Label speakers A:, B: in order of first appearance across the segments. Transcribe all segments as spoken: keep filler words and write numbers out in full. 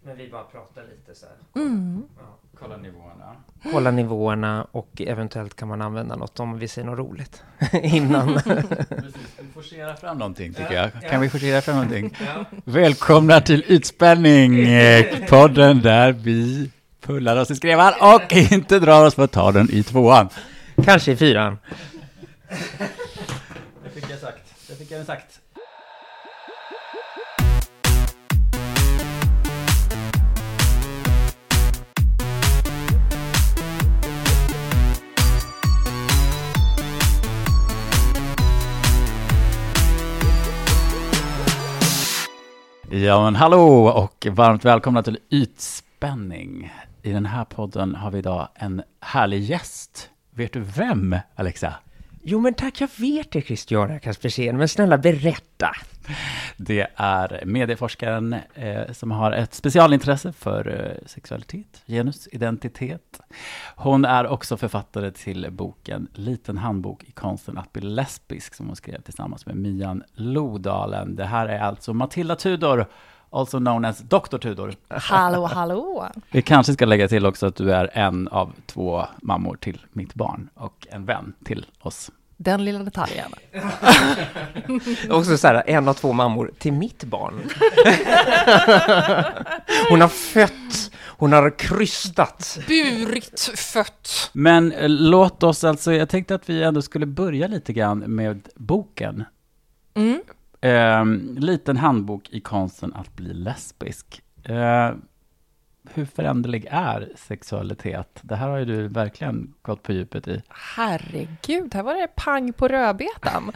A: Men vi bara pratar lite så här.
B: Mm.
A: Ja.
C: Kolla nivåerna.
A: Kolla nivåerna och eventuellt kan man använda något om vi säger något roligt innan.
C: Precis, vi forcerar fram någonting tycker
A: Ja,
C: jag.
A: ja.
C: Kan vi forcera fram någonting?
A: Ja.
C: Välkomna till Utspänning, eh, podden där vi pullar oss i skrevar och inte drar oss för att ta den i tvåan.
A: Kanske i fyran.
C: Det fick jag sagt. Det fick jag sagt. Ja men hallå och varmt välkomna till Utspänning. I den här podden har vi idag en härlig gäst. Vet du vem, Alexa?
A: Jo men tack, jag vet det Christiana Kaspersen, men snälla berätta.
C: Det är medieforskaren eh, som har ett specialintresse för eh, sexualitet, genus, identitet. Hon är också författare till boken Liten handbok i konsten att bli lesbisk som hon skrev tillsammans med Mian Lodalen. Det här är alltså Matilda Tudor, also known as doktor Tudor.
B: Hallå, hallå.
C: Vi kanske ska lägga till också att du är en av två mammor till mitt barn och en vän till oss.
B: Den lilla detaljen.
A: Också så här, en av två mammor till mitt barn. Hon har fött, hon har krystat.
B: Burit fött.
C: Men eh, låt oss alltså, jag tänkte att vi ändå skulle börja lite grann med boken.
B: Mm.
C: Eh, liten handbok i konsten att bli lesbisk. Eh, hur föränderlig är sexualitet? Det här har ju du verkligen gått på djupet i.
B: Herregud, här var det pang på rödbetan.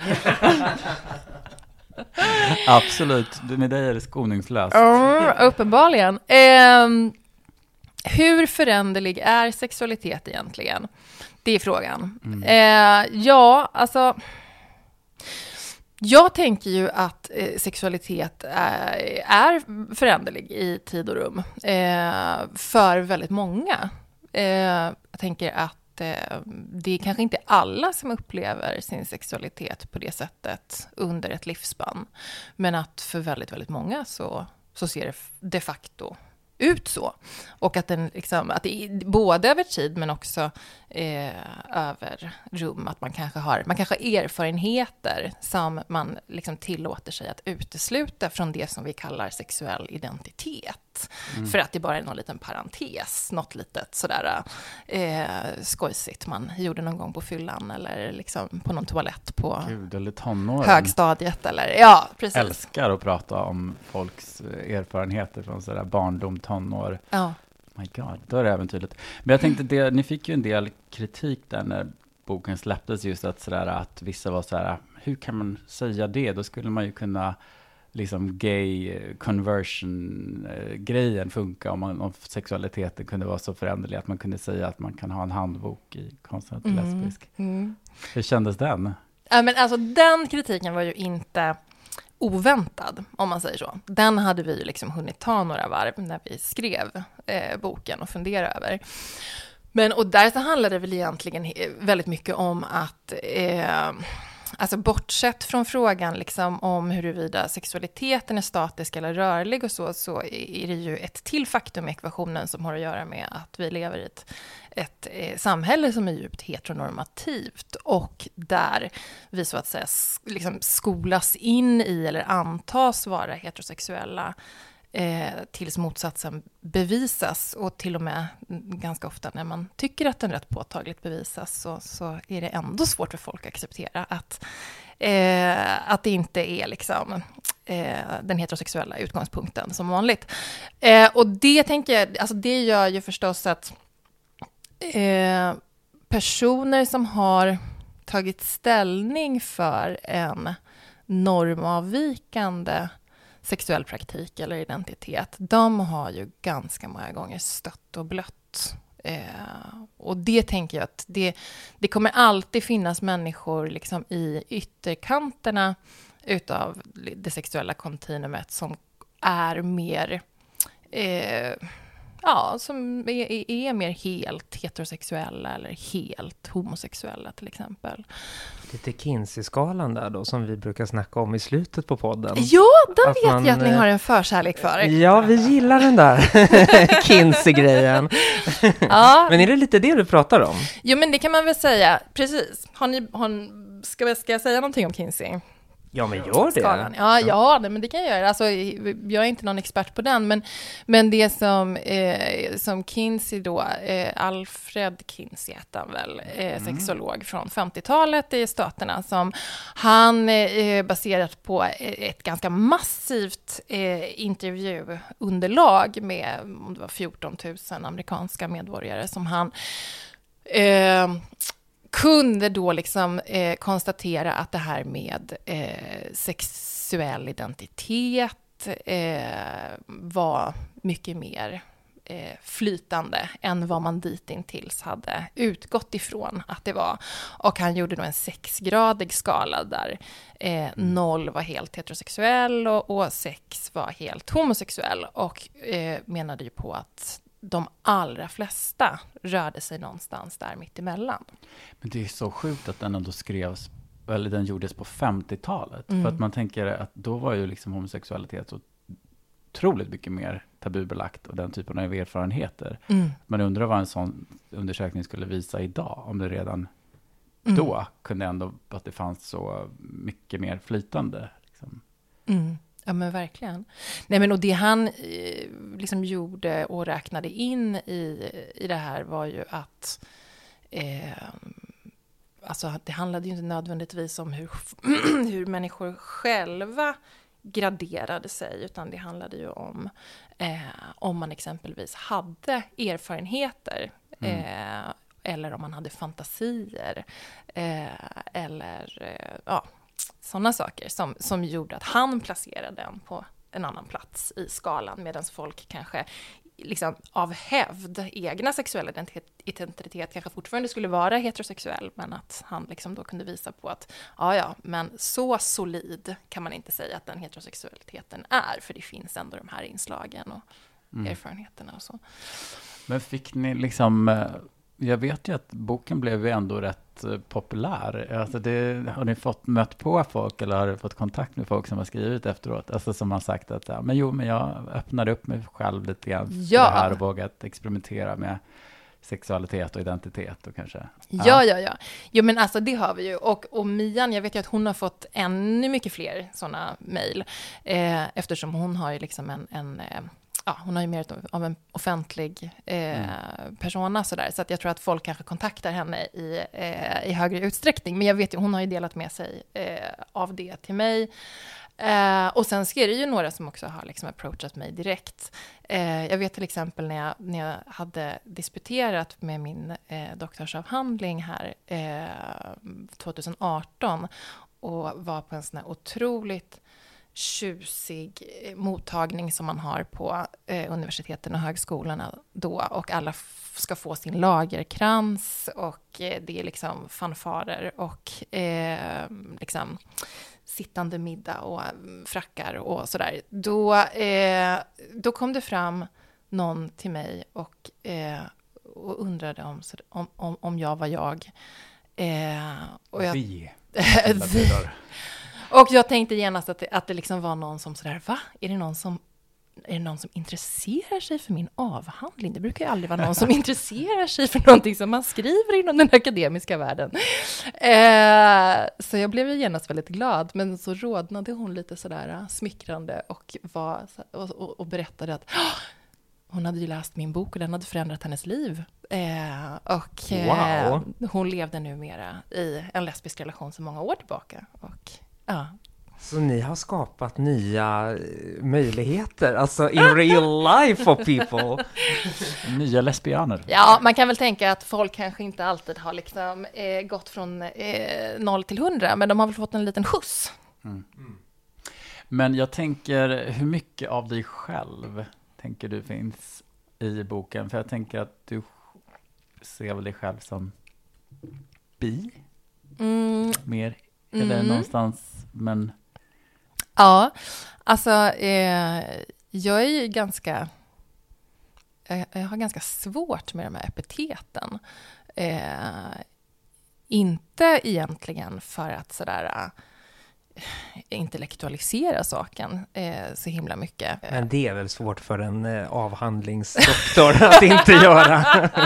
C: Absolut, med dig är det skoningslöst.
B: Mm, uppenbarligen. Eh, hur föränderlig är sexualitet egentligen? Det är frågan.
C: Mm.
B: Eh, ja, alltså... Jag tänker ju att eh, sexualitet är, är föränderlig i tid och rum eh, för väldigt många. Eh, jag tänker att eh, det är kanske inte alla som upplever sin sexualitet på det sättet under ett livsspann. Men att för väldigt, väldigt många så, så ser det de facto ut så. Och att, den, liksom, att det är både över tid men också eh, över rum. Att man kanske har man kanske har erfarenheter som man liksom tillåter sig att utesluta från det som vi kallar sexuell identitet. Mm. För att det bara är någon liten parentes, något litet sådär eh, skojsigt man gjorde någon gång på fyllan eller liksom på någon toalett på
C: Gud, eller tonåren.
B: högstadiet. Eller, ja, precis.
C: Älskar att prata om folks erfarenheter från sådär barndom, tonår.
B: Ja.
C: My God, då är det äventyrligt. Men jag tänkte, det, ni fick ju en del kritik där när boken släpptes just att, sådär, att vissa var så här: hur kan man säga det? Då skulle man ju kunna liksom gay conversion-grejen funka om, man, om sexualiteten kunde vara så föränderlig att man kunde säga att man kan ha en handbok i konsten att bli
B: Mm.
C: lesbisk.
B: Mm.
C: Hur kändes den?
B: Ja, men alltså, den kritiken var ju inte oväntad, om man säger så. Den hade vi ju liksom hunnit ta några varv när vi skrev eh, boken och fundera över. Men, och där så handlade det väl egentligen väldigt mycket om att eh, alltså bortsett från frågan liksom om huruvida sexualiteten är statisk eller rörlig och så, så är det ju ett till faktum i ekvationen som har att göra med att vi lever i ett, ett eh, samhälle som är djupt heteronormativt och där vi så att säga liksom skolas in i eller antas vara heterosexuella Eh, tills motsatsen bevisas, och till och med ganska ofta när man tycker att den rätt påtagligt bevisas så, så är det ändå svårt för folk att acceptera att, eh, att det inte är liksom, eh, den heterosexuella utgångspunkten som vanligt. Eh, och det tänker jag, alltså det gör ju förstås att eh, personer som har tagit ställning för en normavvikande sexuell praktik eller identitet, de har ju ganska många gånger stött och blött. Eh, och det tänker jag att det, det kommer alltid finnas människor liksom i ytterkanterna utav det sexuella kontinuumet som är mer eh, ja, som är, är mer helt heterosexuella eller helt homosexuella till exempel.
A: Lite Kinsey-skalan där då, som vi brukar snacka om i slutet på podden.
B: Ja, den
A: Att
B: vet
A: man,
B: jag att ni har en förkärlek för.
A: Ja, vi gillar den där Kinsey-grejen.
B: Ja.
A: Men är det lite det du pratar om?
B: Jo, men det kan man väl säga. Precis. Har ni, har, ska, jag, ska jag säga någonting om Kinsey?
A: Ja, men gör det.
B: Skalan. Ja, ja, det, men det kan jag göra. Alltså, jag är inte någon expert på den, men, men det som, eh, som Kinsey då, eh, Alfred Kinsey heter han väl, eh, mm. sexolog från femtiotalet i staterna, som han eh, baserat på ett ganska massivt eh, intervjuunderlag med, om det var fjorton tusen amerikanska medborgare som han eh, kunde då liksom eh, konstatera att det här med eh, sexuell identitet eh, var mycket mer eh, flytande än vad man ditintills hade utgått ifrån att det var. Och han gjorde då en sexgradig skala där eh, noll var helt heterosexuell och, och sex var helt homosexuell, och eh, menade ju på att de allra flesta rörde sig någonstans där mitt emellan.
C: Men det är så sjukt att den ändå skrevs, eller den gjordes på femtiotalet.
B: Mm.
C: För att man tänker att då var ju liksom homosexualitet så otroligt mycket mer tabubelagt och den typen av erfarenheter.
B: Mm.
C: Man undrar vad en sån undersökning skulle visa idag, om det redan
B: Mm.
C: då kunde ändå, att det fanns så mycket mer flytande. Liksom.
B: Mm. Ja, men verkligen. Nej, men och det han eh, liksom gjorde och räknade in i, i det här var ju att eh, alltså det handlade ju inte nödvändigtvis om hur, hur människor själva graderade sig, utan det handlade ju om eh, om man exempelvis hade erfarenheter
C: Mm.
B: eh, eller om man hade fantasier eh, eller eh, ja, sådana saker som, som gjorde att han placerade den på en annan plats i skalan, medan folk kanske liksom av hävd, egna sexuella identitet, identitet kanske fortfarande skulle vara heterosexuell, men att han liksom då kunde visa på att ja, ja, men så solid kan man inte säga att den heterosexualiteten är, för det finns ändå de här inslagen och mm. erfarenheterna och så.
C: Men fick ni liksom, jag vet ju att boken blev ju ändå rätt populär. Alltså det, har ni fått mött på folk eller har du fått kontakt med folk som har skrivit efteråt? Alltså som har sagt att ja, men jo, men jag öppnade upp mig själv lite grann för
B: ja.
C: det här och vågat experimentera med sexualitet och identitet och kanske.
B: Ja, ja, ja. ja. Jo, men alltså det har vi ju. Och, och Mian, jag vet ju att hon har fått ännu mycket fler sådana mejl. Eh, eftersom hon har ju liksom en, en eh, ja, hon har ju mer av en offentlig eh, mm. persona sådär. Så att jag tror att folk kanske kontaktar henne i, eh, i högre utsträckning. Men jag vet ju, hon har ju delat med sig eh, av det till mig. Eh, och sen är det ju några som också har liksom approachat mig direkt. Eh, jag vet till exempel när jag, när jag hade disputerat med min eh, doktorsavhandling här eh, tjugo arton och var på en sån här otroligt tjusig mottagning som man har på eh, universiteten och högskolorna då, och alla f- ska få sin lagerkrans och eh, det är liksom fanfarer och eh, liksom sittande middag och frackar och sådär. Då, eh, då kom det fram någon till mig och, eh, och undrade om, om, om, om jag var jag. Eh, och jag
C: Vi.
B: vi. Och jag tänkte genast att det, att det liksom var någon som sådär, va? Är det någon som, är det någon som intresserar sig för min avhandling? Det brukar ju aldrig vara någon som intresserar sig för någonting som man skriver inom den akademiska världen. Eh, så jag blev ju genast väldigt glad, men så rådnade hon lite sådär smickrande och, var, och, och, och berättade att hon hade ju läst min bok och den hade förändrat hennes liv. Eh, och eh,
A: wow.
B: Hon levde numera i en lesbisk relation så många år tillbaka. Och ja.
A: Så ni har skapat nya möjligheter, alltså in real life for people.
C: Nya lesbianer.
B: Ja, man kan väl tänka att folk kanske inte alltid har liksom, eh, gått från eh, noll till hundra, men de har väl fått en liten skjuts.
C: Mm. Mm. Men jag tänker, hur mycket av dig själv tänker du finns i boken? För jag tänker att du ser väl dig själv som bi?
B: Mm.
C: Mer? Eller
B: Mm.
C: någonstans, men...
B: Ja, alltså eh, jag är ju ganska jag, jag har ganska svårt med de här epiteten. Eh, inte egentligen för att sådär äh, intellektualisera saken eh, så himla mycket.
A: Men det är väl svårt för en eh, avhandlingsdoktor att inte göra.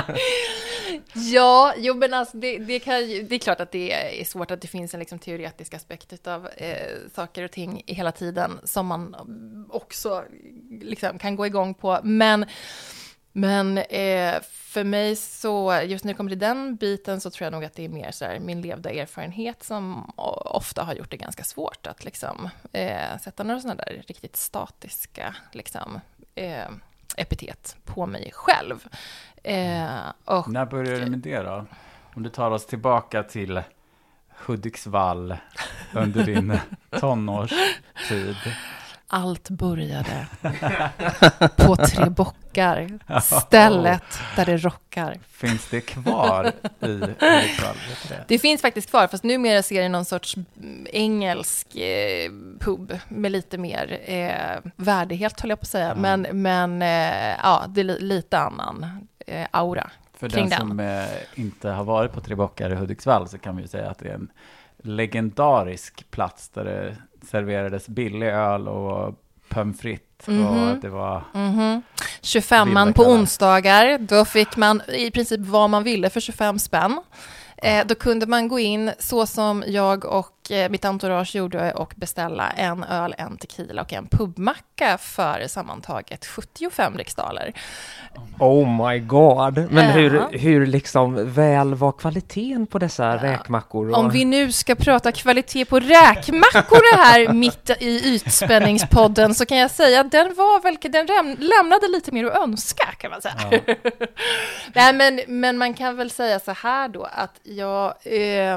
B: Ja, jo, men alltså det, det, kan, det är klart att det är svårt att det finns en liksom teoretisk aspekt av eh, saker och ting hela tiden som man också liksom kan gå igång på. Men, men eh, för mig så, just när det kommer till den biten så tror jag nog att det är mer så här, min levda erfarenhet som ofta har gjort det ganska svårt att liksom, eh, sätta några sådana där riktigt statiska liksom, eh, epitet på mig själv. Eh, och,
C: När började du med det då? Om du tar oss tillbaka till Hudiksvall under din tonårstid.
B: Allt började på Tre Bockar, stället där det rockar.
C: Finns det kvar i Hudiksvall? Det?
B: det finns faktiskt kvar, fast numera ser det någon sorts engelsk eh, pub med lite mer eh, värdighet, håller jag på att säga. Mm. Men, men eh, ja, det är li- lite annan eh, aura.
C: För den, den som eh, inte har varit på Tre Bockar i Hudiksvall så kan vi ju säga att det är en legendarisk plats där det serverades billig öl och pommes frites. Mm-hmm. Och att det var
B: mm-hmm. tjugofemman på onsdagar. Då fick man i princip vad man ville för tjugofem spänn. Eh, då kunde man gå in så som jag och eh, mitt entourage gjorde och beställa en öl, en tequila och en pubmacka för sammantaget sjuttiofem riksdaler.
A: Oh my god. Men uh-huh. hur, hur liksom väl var kvaliteten på dessa uh, räkmackor? Och...
B: Om vi nu ska prata kvalitet på räkmackor här mitt i ytspänningspodden så kan jag säga att den var väl, den räm- lämnade lite mer att önska kan man säga. Uh. Nej, men, men man kan väl säga så här då att jag, eh,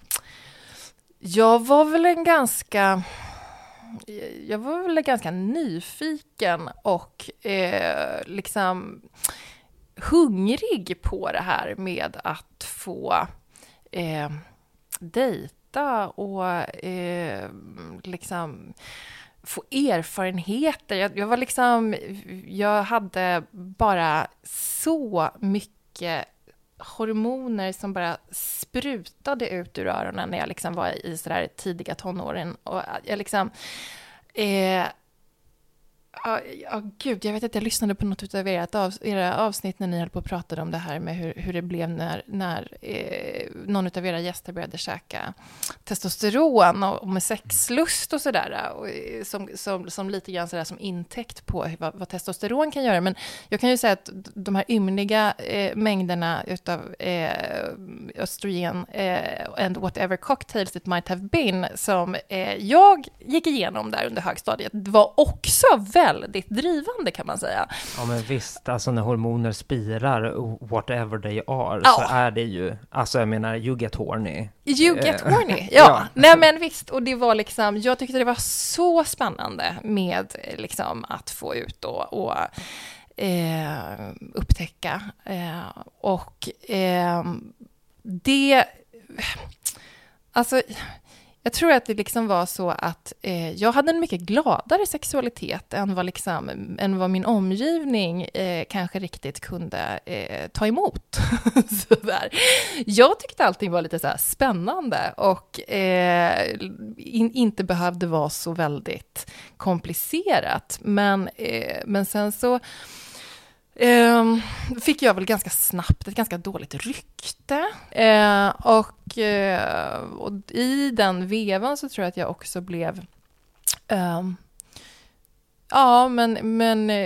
B: jag var väl en ganska... Jag var väl ganska nyfiken och eh, liksom hungrig på det här med att få eh, dejta och eh, liksom få erfarenheter. Jag, jag var liksom, jag hade bara så mycket hormoner som bara sprutade ut ur öronen när jag liksom var i sådär tidiga tonåren. Och jag liksom... Eh, Ja, ja, gud, jag vet att jag lyssnade på något av era, av, era avsnitt när ni höll på och pratade om det här med hur, hur det blev när, när eh, någon av era gäster började käka testosteron och, och med sexlust och sådär, och, som, som, som lite grann sådär som intäkt på vad, vad testosteron kan göra. Men jag kan ju säga att de här ymniga eh, mängderna utav eh, östrogen eh, and whatever cocktails it might have been som eh, jag gick igenom där under högstadiet var också väldigt drivande kan man säga.
A: Ja men visst, alltså när hormoner spirar whatever they are
B: ja.
A: så är det ju, alltså jag menar you get horny.
B: You get horny, ja. ja. Nej men visst, och det var liksom, jag tyckte det var så spännande med liksom att få ut och, och eh, upptäcka eh, och eh, det alltså jag tror att det liksom var så att eh, jag hade en mycket gladare sexualitet än vad, liksom, än vad min omgivning eh, kanske riktigt kunde eh, ta emot. Sådär. Jag tyckte allting var lite så här spännande och eh, in, inte behövde vara så väldigt komplicerat. Men, eh, men sen så Uh, fick jag väl ganska snabbt ett ganska dåligt rykte uh, och, uh, och i den vevan så tror jag att jag också blev uh, ja men, men uh,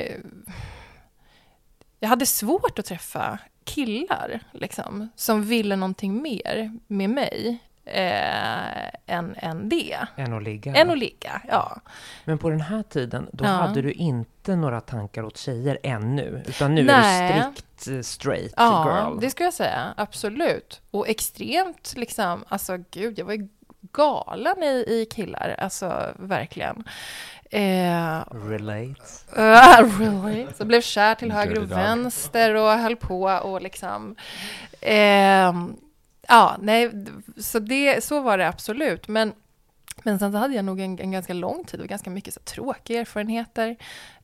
B: jag hade svårt att träffa killar liksom, som ville någonting mer med mig Eh, än, än det.
A: Än att ligga.
B: Än att ligga, ja.
A: Men på den här tiden, då
B: ja.
A: hade du inte några tankar åt tjejer ännu. Utan nu
B: Nej.
A: är du strikt uh, straight
B: ja,
A: girl.
B: Ja, det skulle jag säga. Absolut. Och extremt, liksom, alltså gud, jag var ju galen i, i killar. Alltså, verkligen. Eh,
A: relate.
B: Uh, relate. Så blev kär till höger och vänster och höll på och liksom... Eh, Ja, nej, så, det, så var det absolut. Men, men sen så hade jag nog en, en ganska lång tid och ganska mycket så tråkiga erfarenheter.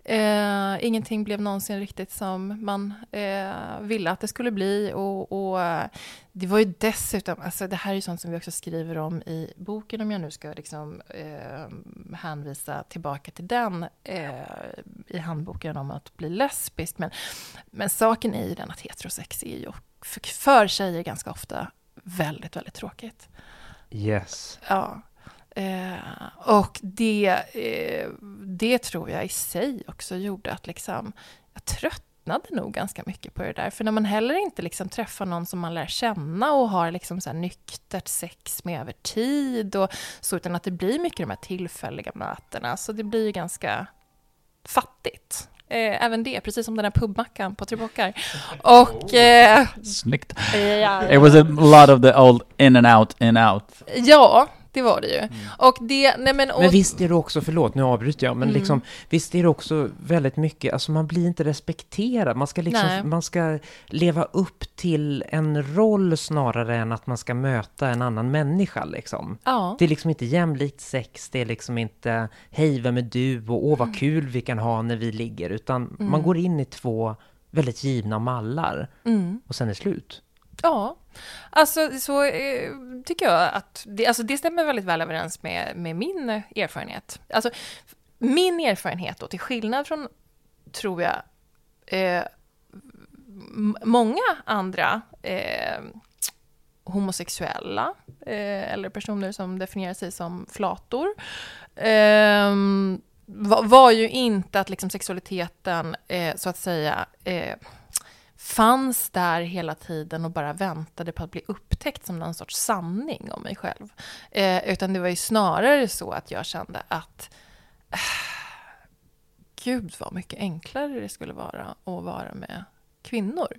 B: Eh, ingenting blev någonsin riktigt som man eh, ville att det skulle bli. Och, och det var ju dessutom, alltså det här är ju sånt som vi också skriver om i boken, om jag nu ska liksom, eh, hänvisa tillbaka till den eh, i handboken om att bli lesbisk. Men, men saken är ju den att heterosex är ju för, för tjejer ganska ofta väldigt, väldigt tråkigt.
A: Yes.
B: Ja. Eh, och det, eh, det tror jag i sig också gjorde att liksom, jag tröttnade nog ganska mycket på det där. För när man heller inte liksom träffar någon som man lär känna och har liksom så här nyktert sex med över tid och så, utan att det blir mycket de här tillfälliga mötena, så det blir ju ganska fattigt. Eh, även det, precis som den här pubmackan på Trebockar. Och... Eh,
C: Snyggt.
B: ja,
C: It was a lot of the old in and out, in out.
B: ja, det var det ju. Mm. Och det, nej men, och,
A: men visst är det också, förlåt nu avbryter jag, men
B: mm.
A: liksom, visst är det också väldigt mycket, alltså man blir inte respekterad, man ska liksom,
B: nej.
A: man ska leva upp till en roll snarare än att man ska möta en annan människa liksom.
B: Ja.
A: Det är liksom inte jämlikt sex, det är liksom inte hej vem är du och åh vad
B: mm.
A: kul vi kan ha när vi ligger, utan
B: mm.
A: man går in i två väldigt givna mallar
B: mm.
A: och sen är det slut.
B: Ja, alltså så eh, tycker jag att det, alltså det stämmer väldigt väl överens med, med min erfarenhet. Alltså min erfarenhet då, till skillnad från, tror jag, eh, m- många andra eh, homosexuella eh, eller personer som definierar sig som flator, eh, var, var ju inte att liksom sexualiteten eh, så att säga eh, fanns där hela tiden och bara väntade på att bli upptäckt som någon sorts sanning om mig själv. Eh, utan det var ju snarare så att jag kände att äh, gud vad mycket enklare det skulle vara att vara med kvinnor.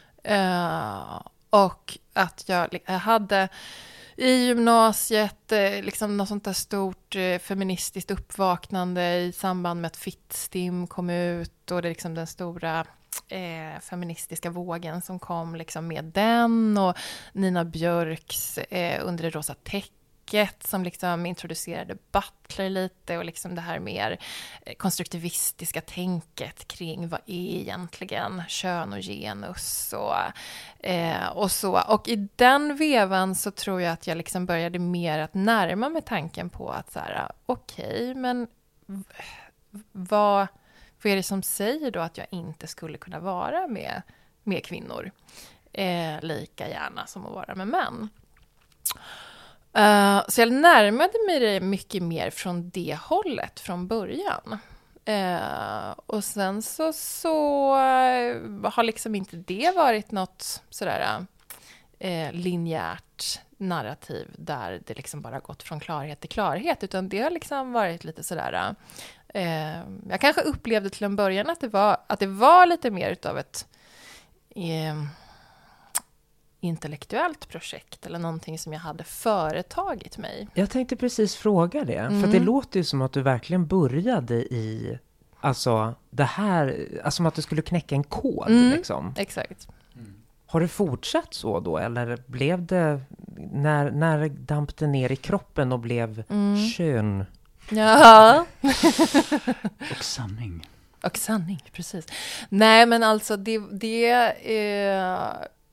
B: Eh, och att jag, jag hade i gymnasiet eh, liksom något sånt där stort eh, feministiskt uppvaknande i samband med att Fittstim kom ut och det liksom den stora Eh, feministiska vågen som kom liksom med den, och Nina Björks eh, Under det rosa täcket som liksom introducerade Butler lite, och liksom det här mer eh, konstruktivistiska tänket kring vad är egentligen kön och genus och, eh, och så. Och i den vevan så tror jag att jag liksom började mer att närma mig tanken på att så här, okej, okay, men v- vad Vad är det som säger då att jag inte skulle kunna vara med, med kvinnor eh, lika gärna som att vara med män? Uh, så jag närmade mig det mycket mer från det hållet från början. Uh, och sen så, så uh, har liksom inte det varit något sådär uh, linjärt narrativ där det liksom bara gått från klarhet till klarhet, utan det har liksom varit lite sådär uh, Eh, jag kanske upplevde till en början att det var, att det var lite mer utav ett eh, intellektuellt projekt eller någonting som jag hade företagit mig.
A: Jag tänkte precis fråga det,
B: Mm.
A: för det låter ju som att du verkligen började i, alltså det här, alltså som att du skulle knäcka en kod
B: Mm.
A: liksom.
B: Exakt.
A: Har det fortsatt så då, eller blev det, när, när damp det ner i kroppen och blev
B: Mm.
A: kön?
B: Ja.
C: Och sanning.
B: Och sanning, precis. Nej, men alltså det, det, eh,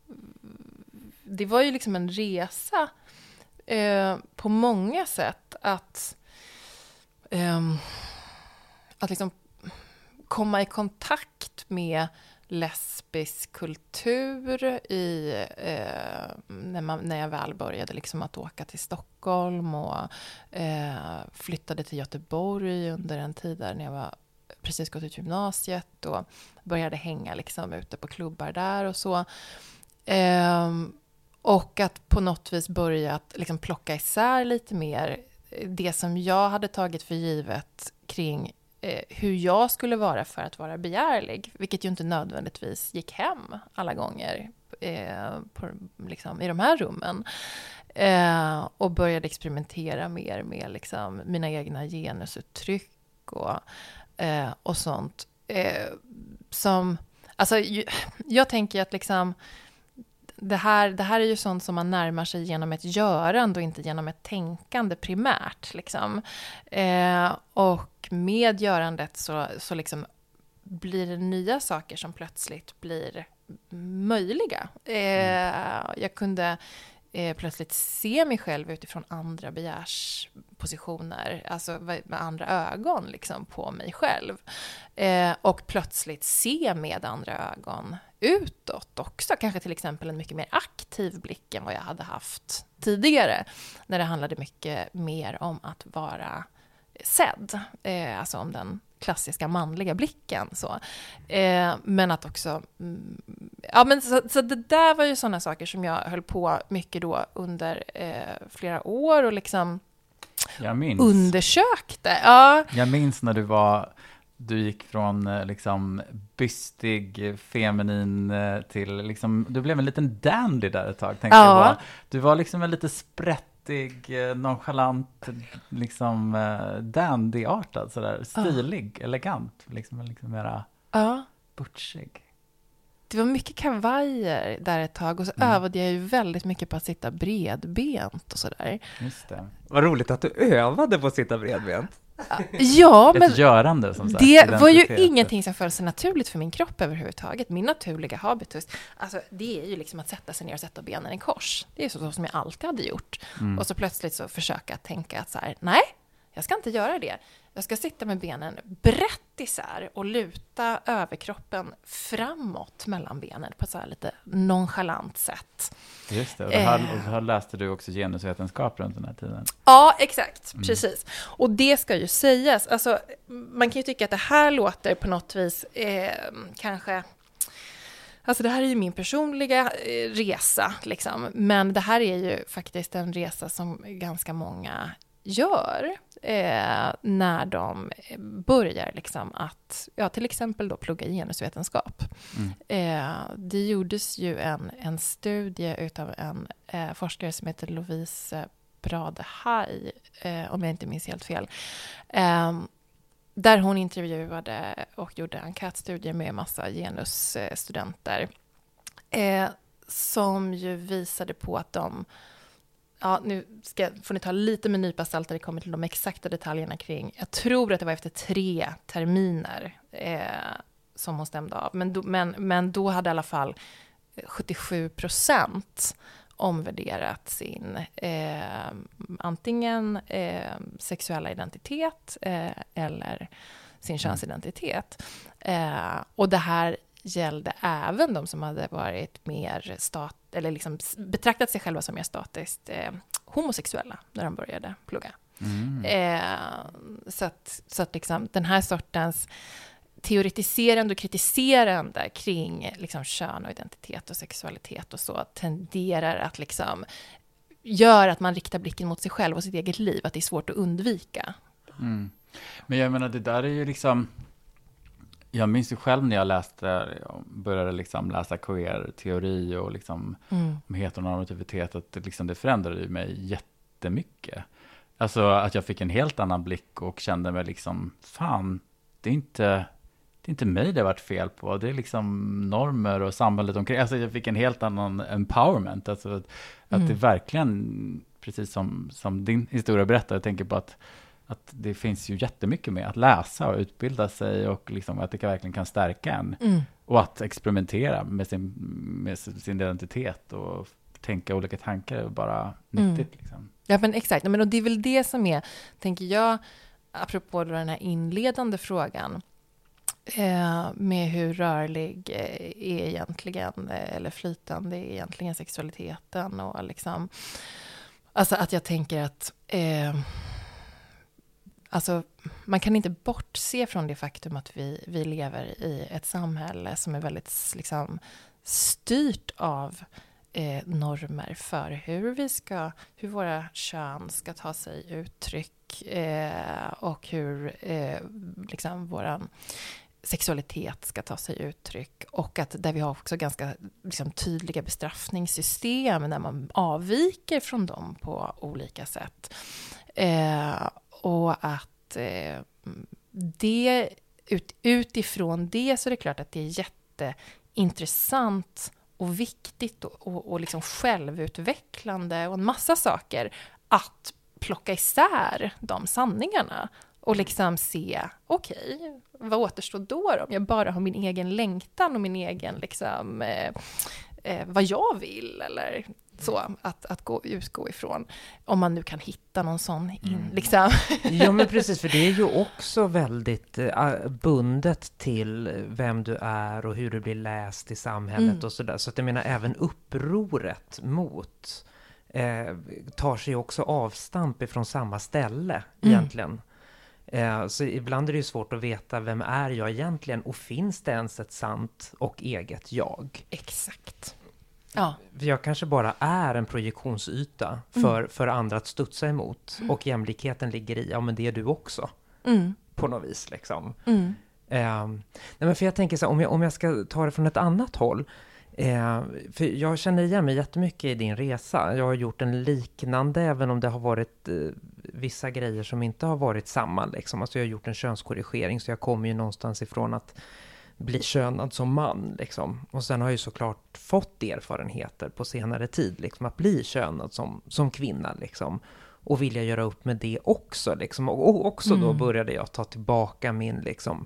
B: det var ju liksom en resa eh, på många sätt att, eh, att liksom komma i kontakt med lesbisk kultur i, eh, när, man, när jag väl började liksom att åka till Stockholm och eh, flyttade till Göteborg under en tid där när jag var precis gått ut gymnasiet och började hänga liksom ute på klubbar där och så. Eh, och att på något vis börja att liksom plocka isär lite mer det som jag hade tagit för givet kring eh, hur jag skulle vara för att vara begärlig, vilket ju inte nödvändigtvis gick hem alla gånger eh, på, liksom, i de här rummen. Eh, och började experimentera mer med liksom, mina egna genusuttryck och, eh, och sånt. Eh, som, alltså, ju, jag tänker att liksom, det, här, det här är ju sånt som man närmar sig genom ett görande och inte genom ett tänkande primärt. Liksom. Eh, och med görandet så, så liksom blir det nya saker som plötsligt blir möjliga. Eh, jag kunde eh, plötsligt se mig själv utifrån andra begärspositioner, alltså med andra ögon liksom, på mig själv. Eh, och plötsligt se med andra ögon utåt också, kanske till exempel en mycket mer aktiv blick än vad jag hade haft tidigare, när det handlade mycket mer om att vara sedd, eh, alltså om den klassiska manliga blicken så. Eh, men att också mm, ja men så, så det där var ju sådana saker som jag höll på mycket då under eh, flera år och liksom
C: jag minns.
B: undersökte. Ja.
C: Jag minns när du var du gick från liksom bystig, feminin till liksom, du blev en liten dandy där ett tag, tänkte
B: ja.
C: jag bara. Du var liksom en lite sprättig, nonchalant, liksom dandy-artad, sådär, stilig, ja. Elegant, liksom, liksom mera
B: ja.
C: butchig.
B: Det var mycket kavajer där ett tag och så mm. övade jag ju väldigt mycket på att sitta bredbent och sådär.
C: Just det.
A: Vad roligt att du övade på att sitta bredbent.
B: Ja, men
C: ett görande, som sagt,
B: det var ju ingenting som föll sig naturligt för min kropp överhuvudtaget. Min naturliga habitus, alltså det är ju liksom att sätta sig ner och sätta benen i kors. Det är så som jag alltid hade gjort. Mm. Och så plötsligt så försöka tänka att så här, nej, jag ska inte göra det. Jag ska sitta med benen brett isär och luta överkroppen framåt mellan benen på ett så här lite nonchalant sätt.
C: Just det, och det här, och här läste du också genusvetenskap runt den här tiden.
B: Ja, exakt, mm. precis. Och det ska ju sägas, alltså man kan ju tycka att det här låter på något vis eh, kanske... Alltså det här är ju min personliga eh, resa, liksom. Men det här är ju faktiskt en resa som ganska många gör eh, när de börjar liksom att, ja, till exempel då plugga genusvetenskap. Mm. Eh, det gjordes ju en, en studie utav en eh, forskare som heter Lovise Bradehaj, eh, om jag inte minns helt fel, eh, där hon intervjuade och gjorde enkätstudier med en massa genusstudenter eh, som ju visade på att de, ja, nu ska, får ni ta lite med nypa salt när det kommer till de exakta detaljerna kring, jag tror att det var efter tre terminer eh, som hon stämde av, men då, men, men då hade i alla fall sjuttiosju procent omvärderat sin eh, antingen eh, sexuella identitet eh, eller sin könsidentitet. Eh, och det här gällde även de som hade varit mer stat eller liksom betraktat sig själva som mer statiskt eh, homosexuella när de började plugga. Mm. Eh, så att, så att liksom den här sortens teoretiserande och kritiserande kring liksom kön och identitet och sexualitet och så tenderar att liksom göra att man riktar blicken mot sig själv och sitt eget liv, att det är svårt att undvika. Mm.
C: Men jag menar, det där är ju liksom, jag minns ju själv när jag läste, jag började liksom läsa queer-teori och liksom mm. om heteronormativitet, att det, liksom, det förändrade ju mig jättemycket. Alltså att jag fick en helt annan blick och kände mig liksom, fan, det är inte... Det är inte mig det har varit fel på. Det är liksom normer och samhället omkring. Alltså jag fick en helt annan empowerment. Alltså att, mm. att det verkligen, precis som, som din historia berättar, jag tänker på att, att det finns ju jättemycket med att läsa och utbilda sig och liksom att det verkligen kan stärka en. Mm. Och att experimentera med sin, med sin identitet och tänka olika tankar är bara nyttigt. Mm. Liksom.
B: Ja, men exakt. Men och det är väl det som är, tänker jag, apropå den här inledande frågan, Eh, med hur rörlig eh, är egentligen, eh, eller flytande är egentligen sexualiteten och liksom, alltså att jag tänker att eh, alltså man kan inte bortse från det faktum att vi, vi lever i ett samhälle som är väldigt liksom styrt av eh, normer för hur vi ska, hur våra kön ska ta sig uttryck eh, och hur eh, liksom våran sexualitet ska ta sig uttryck, och att där vi har också ganska liksom, tydliga bestraffningssystem när man avviker från dem på olika sätt. Eh, och att eh, det ut, utifrån det så är det klart att det är jätteintressant och viktigt och, och, och liksom självutvecklande och en massa saker att plocka isär de sanningarna Och liksom se, okej, okay, vad återstår då om jag bara har min egen längtan och min egen, liksom, eh, eh, vad jag vill eller så, att, att gå, utgå ifrån. Om man nu kan hitta någon sån in, mm. liksom.
A: Ja, men precis, för det är ju också väldigt äh, bundet till vem du är och hur du blir läst i samhället mm. och sådär. Så att jag menar, även upproret mot eh, tar sig också avstamp ifrån samma ställe mm. egentligen. Eh, så ibland är det ju svårt att veta vem är jag egentligen och finns det ens ett sant och eget jag?
B: Exakt. Ja.
A: Jag kanske bara är en projektionsyta för, mm. för andra att studsa emot. Mm. Och jämlikheten ligger i, ja men det är du också. Mm. På något vis liksom. Mm. Eh, nej men för jag tänker så här, om jag, om jag ska ta det från ett annat håll. Eh, för jag känner igen mig jättemycket i din resa. Jag har gjort en liknande, även om det har varit eh, vissa grejer som inte har varit samma. Liksom. Alltså jag har gjort en könskorrigering, så jag kommer ju någonstans ifrån att bli könad som man. Liksom. Och sen har jag ju såklart fått erfarenheter på senare tid. Liksom, att bli könad som, som kvinna. Liksom. Och vilja göra upp med det också. Liksom. Och, och också mm. då började jag ta tillbaka min liksom,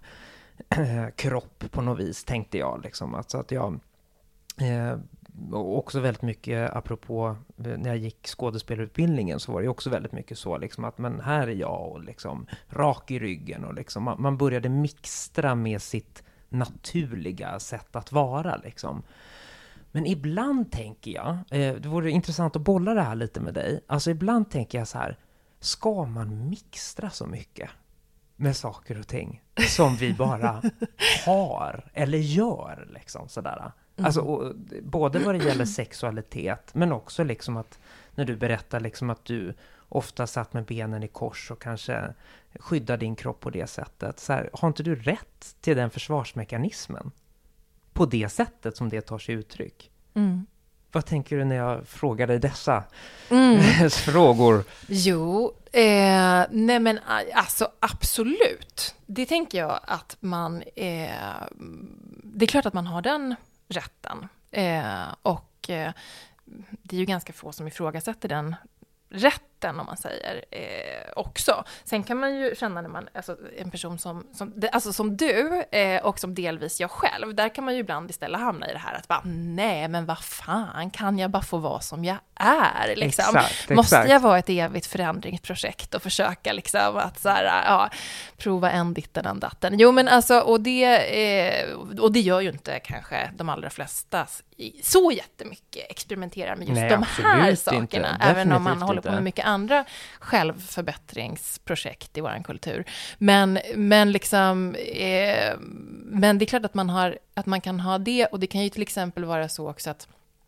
A: kropp på något vis, tänkte jag. Liksom. Alltså att jag... Eh, och också väldigt mycket, apropå när jag gick skådespelarutbildningen, så var det också väldigt mycket så liksom, att men här är jag och liksom rak i ryggen och liksom, man, man började mixtra med sitt naturliga sätt att vara liksom. Men ibland tänker jag, eh, det vore intressant att bolla det här lite med dig, alltså ibland tänker jag så här, ska man mixtra så mycket med saker och ting som vi bara har eller gör liksom sådär? Mm. Alltså, och, både vad det gäller sexualitet, men också liksom att när du berättar liksom att du ofta satt med benen i kors och kanske skyddar din kropp på det sättet. Så här, har inte du rätt till den försvarsmekanismen på det sättet som det tar sig uttryck? Mm. Vad tänker du när jag frågar dig dessa mm. frågor?
B: Jo, eh, nej men alltså absolut. Det tänker jag att man, eh, det är klart att man har den rätten. Eh, och eh, det är ju ganska få som ifrågasätter den rätten, om man säger, eh, också. Sen kan man ju känna när man, alltså en person som, som, alltså som du eh, och som delvis jag själv, där kan man ju ibland istället hamna i det här att bara, nej men vad fan, kan jag bara få vara som jag är? Liksom. Exakt, Måste exakt. jag vara ett evigt förändringsprojekt och försöka liksom att så här, ja, prova en ditten, en datten. Jo men alltså, och det, eh, och det gör ju inte kanske de allra flesta så jättemycket, experimenterar med just nej, de här sakerna, även om man håller på med mycket andra självförbättringsprojekt i vår kultur. Men, men liksom eh, men det är klart att man har, att man kan ha det, och det kan ju till exempel vara så också att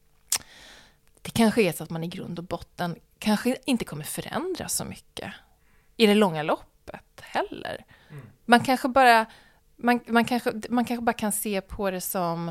B: det kanske är så att man i grund och botten kanske inte kommer förändras så mycket i det långa loppet heller. Mm. Man kanske bara man, man, kanske, man kanske bara kan se på det som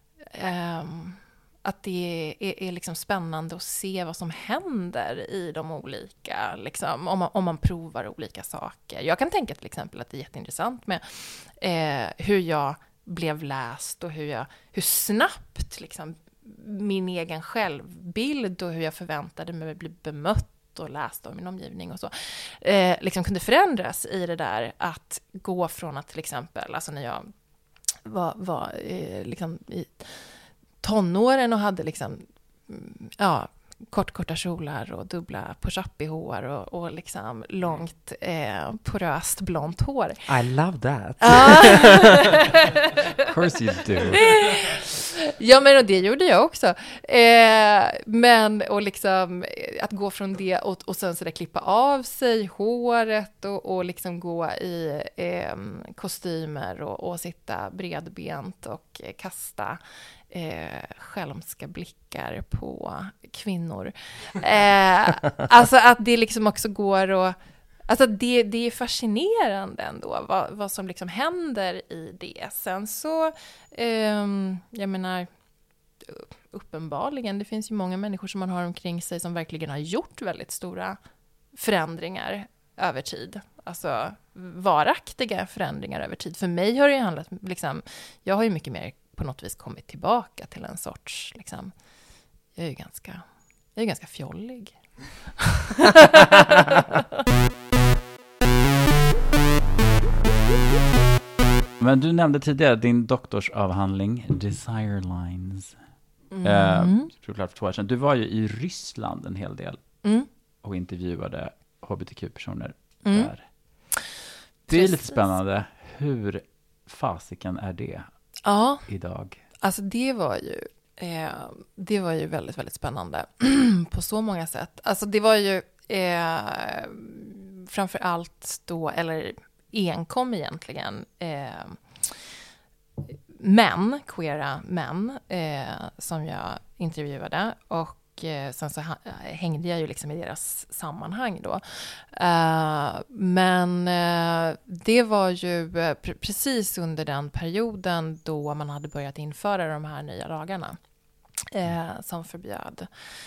B: um, att det är, är liksom spännande att se vad som händer i de olika, liksom, om, man, om man provar olika saker. Jag kan tänka till exempel att det är jätteintressant med eh, hur jag blev läst och hur, jag, hur snabbt liksom, min egen självbild och hur jag förväntade mig bli bemött och läst av min omgivning och så, eh, liksom kunde förändras i det där att gå från att till exempel, alltså när jag var, var eh, liksom i tonåren och hade liksom, ja, kort, korta kjolar och dubbla push-up-hår och, och liksom långt eh, poröst blont hår.
A: I love that.
C: Of course you do.
B: Ja, men och det gjorde jag också. Eh, men och liksom att gå från det och, och sen så där klippa av sig håret och, och liksom gå i eh, kostymer och, och sitta bredbent och eh, kasta Eh, skälmska blickar på kvinnor. Eh, alltså att det liksom också går och alltså det, det är fascinerande ändå vad, vad som liksom händer i det. Sen så eh, jag menar uppenbarligen, det finns ju många människor som man har omkring sig som verkligen har gjort väldigt stora förändringar över tid. Alltså varaktiga förändringar över tid. För mig har det ju handlat liksom, jag har ju mycket mer på något vis kommit tillbaka till en sorts liksom, jag är ju ganska jag är ganska fjollig.
C: Men du nämnde tidigare din doktorsavhandling Desire Lines.
B: Mm.
C: Eh, såklart för två år sedan. Du var ju i Ryssland en hel del
B: mm.
C: och intervjuade hbtq-personer
B: mm.
C: där. Det är Precis. Lite spännande. Hur fasiken är det
B: ja.
C: idag?
B: Alltså det var ju eh, det var ju väldigt, väldigt spännande på så många sätt. Alltså det var ju eh, framför allt då, eller enkom egentligen, eh, män, queera män, eh, som jag intervjuade. Och eh, sen så ha- hängde jag ju liksom i deras sammanhang då. Eh, men eh, det var ju eh, pr- precis under den perioden då man hade börjat införa de här nya lagarna eh, som förbjöd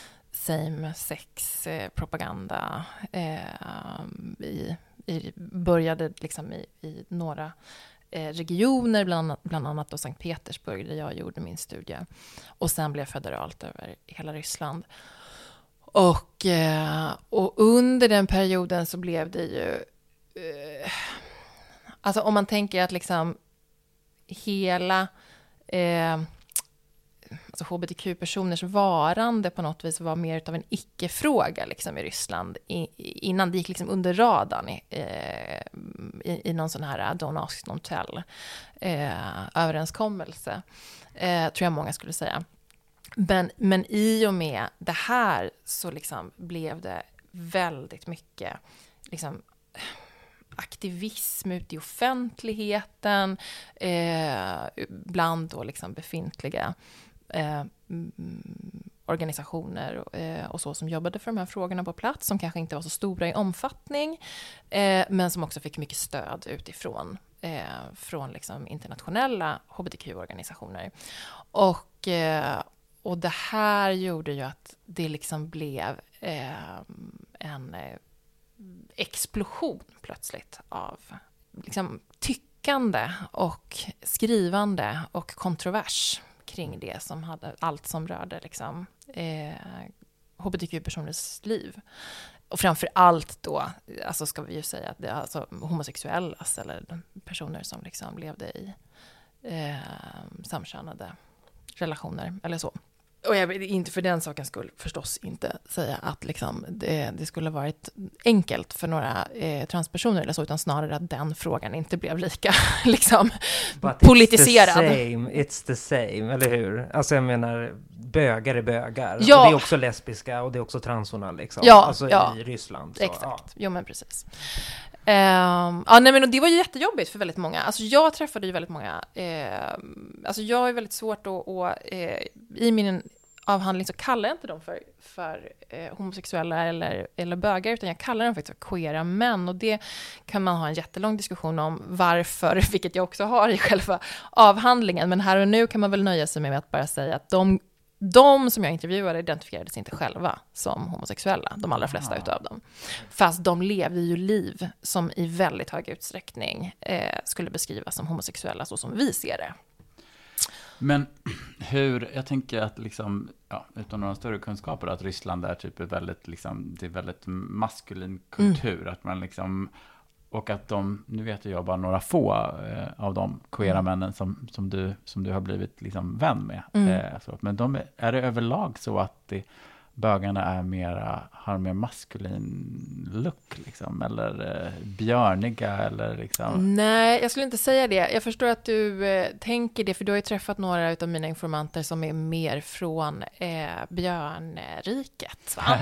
B: same-sex eh, propaganda eh, i, i, började liksom i, i några eh, regioner, bland, bland annat då Sankt Petersburg där jag gjorde min studie, och sen blev federalt över hela Ryssland. Och, eh, och under den perioden så blev det ju eh, alltså om man tänker att liksom hela eh, alltså hbtq-personers varande på något vis var mer av en icke-fråga liksom i Ryssland i, innan det gick liksom under radarn i, i, i någon sån här Don't Ask Don't Tell eh, överenskommelse, eh, tror jag många skulle säga. Men, men i och med det här så liksom blev det väldigt mycket liksom aktivism ute i offentligheten eh, bland då liksom befintliga eh, organisationer eh, och så som jobbade för de här frågorna på plats, som kanske inte var så stora i omfattning eh, men som också fick mycket stöd utifrån eh, från liksom internationella hbtq-organisationer. Och, eh, och det här gjorde ju att det liksom blev eh, en eh, explosion plötsligt av liksom tyckande och skrivande och kontrovers kring det som hade allt som rörde liksom eh, hbtq-personers liv. Och framför allt då, alltså ska vi ju säga att det är alltså homosexuella eller personer som liksom levde i eh, samkönade relationer eller så. Och jag vill inte för den sakens skull förstås inte säga att liksom det, det skulle varit enkelt för några eh, transpersoner eller så, utan snarare att den frågan inte blev lika liksom
A: But
B: politiserad.
A: It's the same, it's the same, eller hur? Alltså jag menar, bögar är bögar.
B: Ja.
A: Och det är också lesbiska och det är också transorna liksom.
B: Ja,
A: alltså
B: ja.
A: i Ryssland. Så,
B: Exakt,
A: ja.
B: jo men precis. Um, ja, nej, men det var ju jättejobbigt för väldigt många. Alltså jag träffade ju väldigt många. Eh, alltså jag är väldigt svårt att, och, eh, i min avhandling så kallar jag inte dem för, för eh, homosexuella eller, eller bögar, utan jag kallar dem faktiskt för queera män. Och det kan man ha en jättelång diskussion om varför, vilket jag också har i själva avhandlingen. Men här och nu kan man väl nöja sig med att bara säga att de De som jag intervjuade identifierade sig inte själva som homosexuella, de allra flesta utav dem. Fast de levde ju liv som i väldigt hög utsträckning eh, skulle beskrivas som homosexuella så som vi ser det.
C: Men hur, jag tänker att liksom, ja, utan några större kunskaper, att Ryssland är typ väldigt, liksom, det är väldigt maskulin kultur, mm. att man liksom, och att de, nu vet jag bara några få eh, av de queera mm. männen som, som, du, som du har blivit liksom vän med. Mm. Eh, så, men de, är det överlag så att det, bögarna är mera, har mer maskulin look liksom, eller eh, björniga eller liksom?
B: Nej, jag skulle inte säga det. Jag förstår att du eh, tänker det, för du har ju träffat några av mina informanter som är mer från eh, björnriket, va?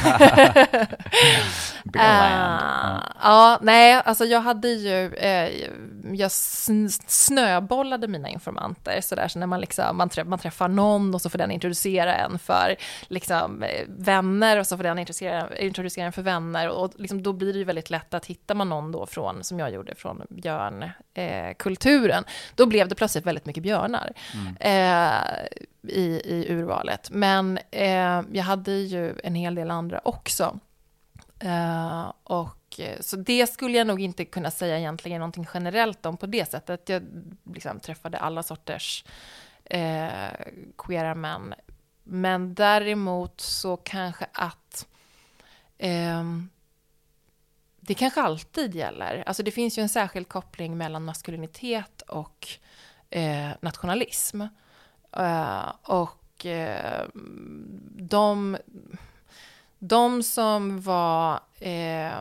B: uh, ja, nej, alltså jag hade ju eh, jag snöbollade mina informanter sådär, så när man liksom man, träff, man träffar någon och så får den introducera en för liksom vänner, och så får den introducera, introducera en för vänner, och liksom då blir det ju väldigt lätt att hitta man någon då från, som jag gjorde, från björnkulturen, eh, då blev det plötsligt väldigt mycket björnar mm. eh, i, i urvalet. Men eh, jag hade ju en hel del andra också. Uh, och så det skulle jag nog inte kunna säga egentligen någonting generellt om på det sättet. Jag liksom träffade alla sorters uh, queera män. Men däremot så kanske att uh, det kanske alltid gäller. Alltså det finns ju en särskild koppling mellan maskulinitet och eh, nationalism. Uh, och uh, de, de som var eh,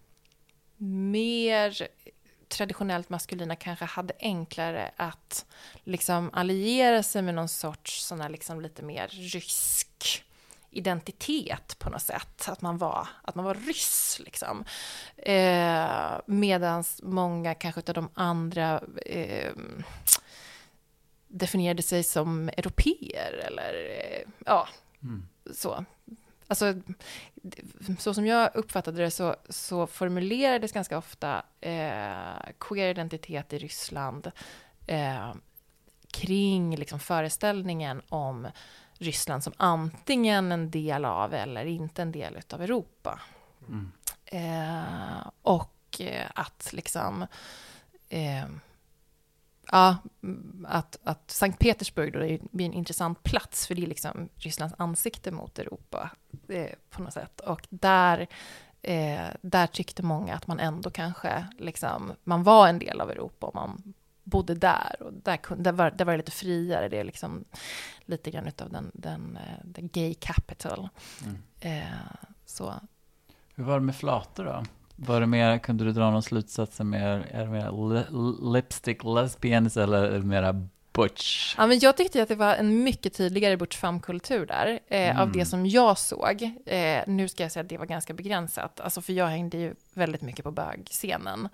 B: mer traditionellt maskulina kanske hade enklare att liksom alliera sig med någon sorts sån här liksom lite mer rysk identitet på något sätt. Att man var, att man var ryss liksom. Eh, medans många kanske av de andra eh, definierade sig som europeer eller eh, ja, mm. så. Alltså, så som jag uppfattade det så, så formulerades ganska ofta eh, queer-identitet i Ryssland eh, kring liksom föreställningen om Ryssland som antingen en del av eller inte en del av Europa. Mm. Eh, och eh, att liksom eh, ja, att, att Sankt Petersburg då blir en intressant plats för det är liksom Rysslands ansikte mot Europa eh, på något sätt. Och där, eh, där tyckte många att man ändå kanske liksom, man var en del av Europa och man bodde där. Och där, kunde, där, var, där var det lite friare. Det är liksom lite grann utav den, den, den gay capital. Mm. Eh, så.
C: Hur var det med flator då? Var det mer, kunde du dra någon slutsats mer, är det mer li- lipstick lesbians eller mera butch?
B: Ja, men jag tyckte att det var en mycket tydligare butch femme-kultur där eh, mm. av det som jag såg. Eh, nu ska jag säga att det var ganska begränsat. Alltså för jag hängde ju väldigt mycket på bögscenen.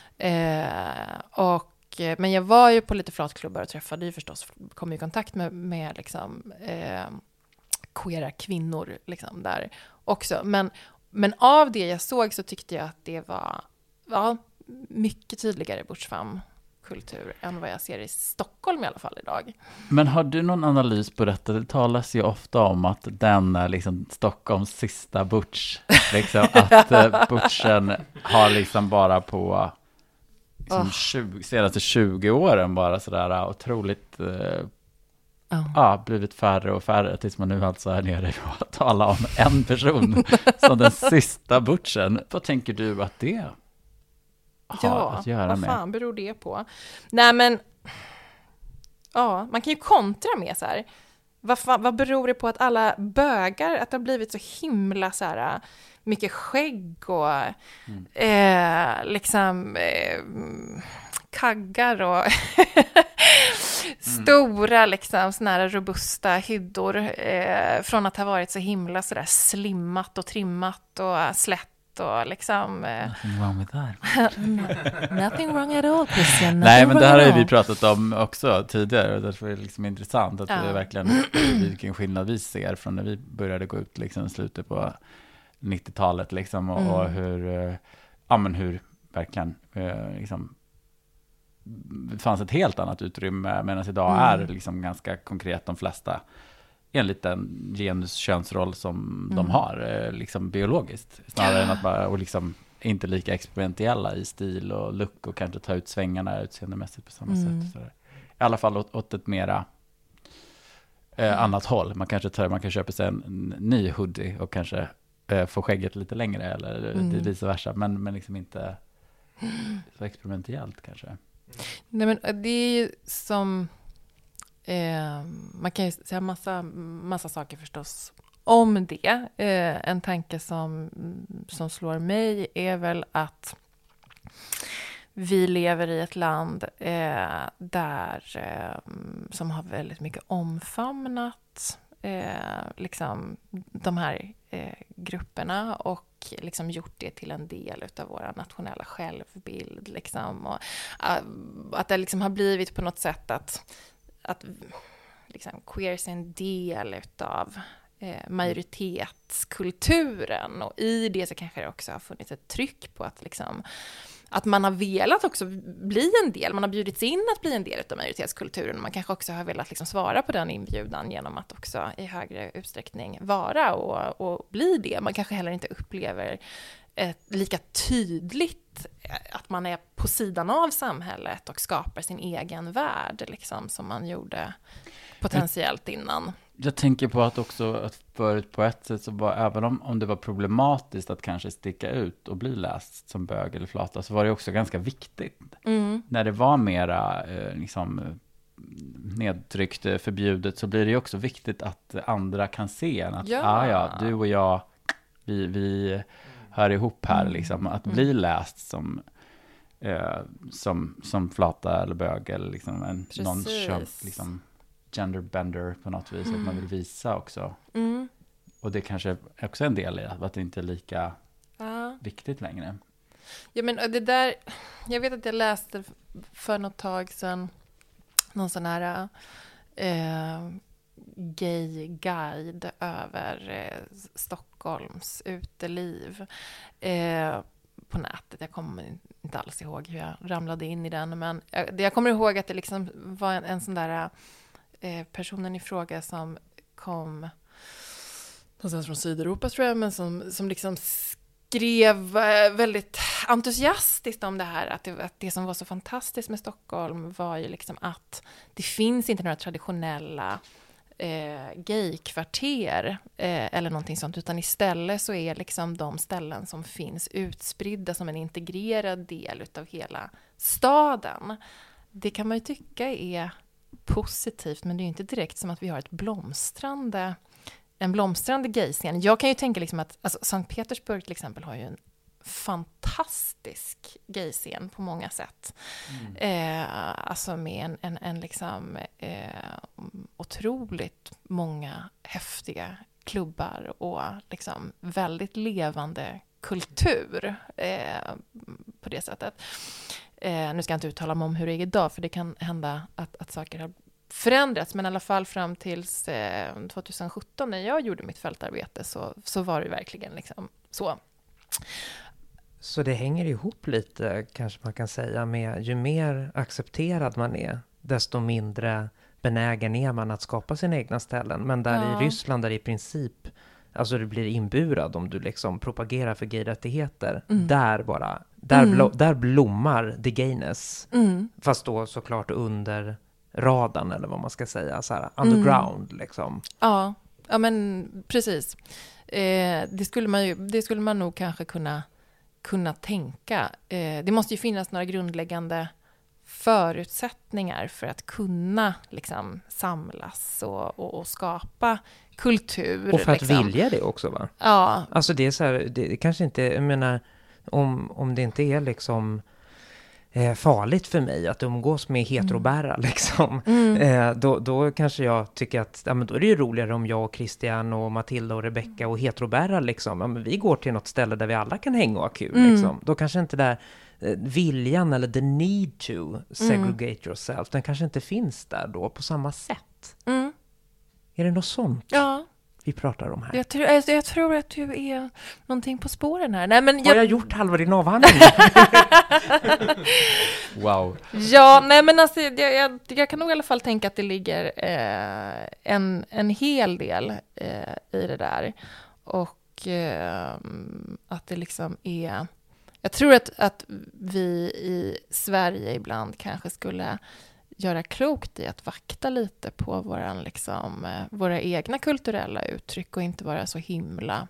B: Eh, och, men jag var ju på lite flatklubbar och träffade ju förstås, kom i kontakt med, med liksom, eh, queera kvinnor liksom där också. Men Men av det jag såg så tyckte jag att det var ja, mycket tydligare butch femme-kultur än vad jag ser i Stockholm i alla fall idag.
C: Men har du någon analys på detta? Det talas ju ofta om att den är liksom Stockholms sista butch. Liksom, att uh, butchen har liksom bara på liksom oh. tjugo, senaste tjugo åren bara sådär otroligt... Uh, Oh. Ja, blivit färre och färre tills man nu alltså är nere och talar om en person som den sista butchen. Vad tänker du att det har
B: ja,
C: att göra
B: med?
C: Ja,
B: vad fan beror det på? Nej men, ja, man kan ju kontra med så här. Vad, fan, vad beror det på att alla bögar, att det har blivit så himla så här mycket skägg och mm. eh, liksom eh, kaggar och stora liksom såna här robusta hyddor eh, från att ha varit så himla så där slimmat och trimmat och slätt och liksom eh,
C: nothing wrong with that.
B: Nothing wrong at all, Christian.
C: Nej, men det här har ju vi pratat om också tidigare och därför är det liksom intressant att
B: ja.
C: det är verkligen vilken skillnad vi ser från när vi började gå ut liksom slutet på nittiotalet liksom och, mm. och hur ja men hur verkligen eh, liksom det fanns ett helt annat utrymme medan idag mm. är liksom ganska konkret de flesta enligt den genus-könsroll som mm. de har liksom biologiskt snarare ja. än att bara och liksom inte lika experimentella i stil och look och kanske ta ut svängarna utseendemässigt på samma mm. sätt. Så i alla fall åt, åt ett mera eh, annat håll. Man kanske tar, man kan köpa sig en ny hoodie och kanske eh, få skägget lite längre eller mm. vice versa men, men liksom inte så experimentellt kanske.
B: Nej, men det är ju som eh, man kan ju säga massa, massa saker förstås om det. Eh, en tanke som, som slår mig är väl att vi lever i ett land eh, där eh, som har väldigt mycket omfamnat eh, liksom de här eh, grupperna och liksom gjort det till en del av våra nationella självbild liksom och uh, att det liksom har blivit på något sätt att att liksom queers är en del utav eh, majoritetskulturen och i det så kanske det också har funnits ett tryck på att liksom att man har velat också bli en del, man har bjudits in att bli en del av majoritetskulturen och man kanske också har velat liksom svara på den inbjudan genom att också i högre utsträckning vara och, och bli det. Man kanske heller inte upplever ett lika tydligt att man är på sidan av samhället och skapar sin egen värld liksom, som man gjorde potentiellt innan.
C: Jag tänker på att också att förut på ett sätt så var, även om, om det var problematiskt att kanske sticka ut och bli läst som bög eller flata, så var det också ganska viktigt. Mm. När det var mera eh, liksom nedtryckt, förbjudet, så blir det ju också viktigt att andra kan se att ja, ah, ja du och jag vi, vi hör ihop här mm. liksom, att mm. bli läst som eh, som, som flata eller bög eller liksom en någon liksom genderbender på något vis, mm. att man vill visa också. Mm. Och det kanske är också en del i att det inte är lika ja. viktigt längre.
B: Ja, men det där, jag vet att jag läste för något tag sedan någon sån här eh, gay-guide över eh, Stockholms uteliv eh, på nätet. Jag kommer inte alls ihåg hur jag ramlade in i den, men jag, jag kommer ihåg att det liksom var en, en sån där eh, personen i fråga som kom någonstans från Sydeuropa tror jag, men som, som liksom skrev väldigt entusiastiskt om det här, att det, att det som var så fantastiskt med Stockholm var ju liksom att det finns inte några traditionella eh, gaykvarter eh, eller någonting sånt, utan istället så är liksom de ställen som finns utspridda som en integrerad del utav hela staden. Det kan man ju tycka är positivt, men det är ju inte direkt som att vi har ett blomstrande en blomstrande gayscen. Jag kan ju tänka liksom att alltså, Sankt Petersburg till exempel har ju en fantastisk gayscen på många sätt. Mm. Eh, alltså med en, en, en liksom eh, otroligt många häftiga klubbar och liksom väldigt levande kultur eh, på det sättet. Eh, nu ska jag inte uttala mig om hur det är idag, för det kan hända att, att saker har förändrats, men i alla fall fram tills eh, tjugohundrasjutton när jag gjorde mitt fältarbete så, så var det verkligen liksom så.
A: Så det hänger ihop lite, kanske man kan säga, med ju mer accepterad man är, desto mindre benägen är man att skapa sina egna ställen. Men där ja. i Ryssland, där i princip alltså du blir inburad om du liksom propagerar för gayrättigheter, mm. där bara där, mm. blo- där blommar the gayness. Mm. Fast då såklart under radarn, eller vad man ska säga, så här underground mm. liksom.
B: Ja, ja men precis. Eh, det skulle man ju, det skulle man nog kanske kunna kunna tänka. Eh, det måste ju finnas några grundläggande förutsättningar för att kunna liksom samlas och, och, och skapa kultur.
A: Och för att
B: liksom.
A: vilja det också, va?
B: Ja.
A: Alltså det är så här, det kanske inte, jag menar, om, om det inte är liksom eh, farligt för mig att umgås med heterobära mm. liksom, mm. Eh, då, då kanske jag tycker att ja, men då är det ju roligare om jag och Christian och Matilda och Rebecca och heterobära liksom, ja, men vi går till något ställe där vi alla kan hänga och ha kul mm. liksom. Då kanske inte där eh, viljan eller the need to segregate mm. yourself, den kanske inte finns där då på samma sätt. Mm. Är det något sånt?
B: Ja.
A: Vi pratar om här.
B: Jag, tror, alltså, jag tror att du är någonting på spåren här. Nej, men jag...
A: Har jag gjort halva din avhandling?
C: Wow.
B: Ja, nej men alltså, jag, jag, jag kan nog i alla fall tänka att det ligger eh, en, en hel del eh, i det där. Och eh, att det liksom är... Jag tror att, att vi i Sverige ibland kanske skulle göra klokt i att vakta lite på våran, liksom, våra egna kulturella uttryck och inte vara så himla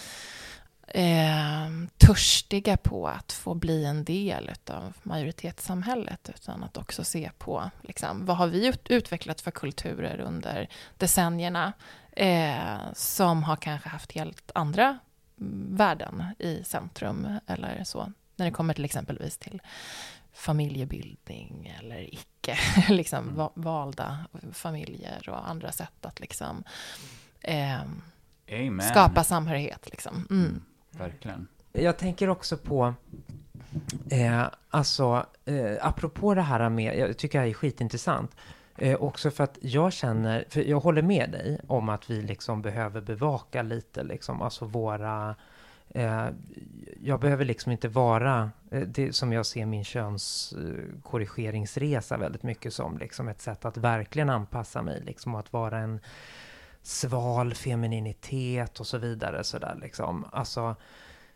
B: eh, törstiga på att få bli en del av majoritetssamhället, utan att också se på liksom, vad har vi ut- utvecklat för kulturer under decennierna eh, som har kanske haft helt andra värden i centrum eller så, när det kommer till exempelvis till familjebildning eller icke liksom mm. valda familjer och andra sätt att liksom eh, skapa samhörighet liksom. Mm. Mm.
C: Verkligen.
A: Jag tänker också på eh, alltså eh, apropå det här med, jag tycker det här är skitintressant eh, också för att jag känner, för jag håller med dig om att vi liksom behöver bevaka lite liksom, alltså våra Eh, jag behöver liksom inte vara eh, det som jag ser min könskorrigeringsresa eh, väldigt mycket som liksom ett sätt att verkligen anpassa mig liksom, och att vara en sval femininitet och så vidare så där liksom. Alltså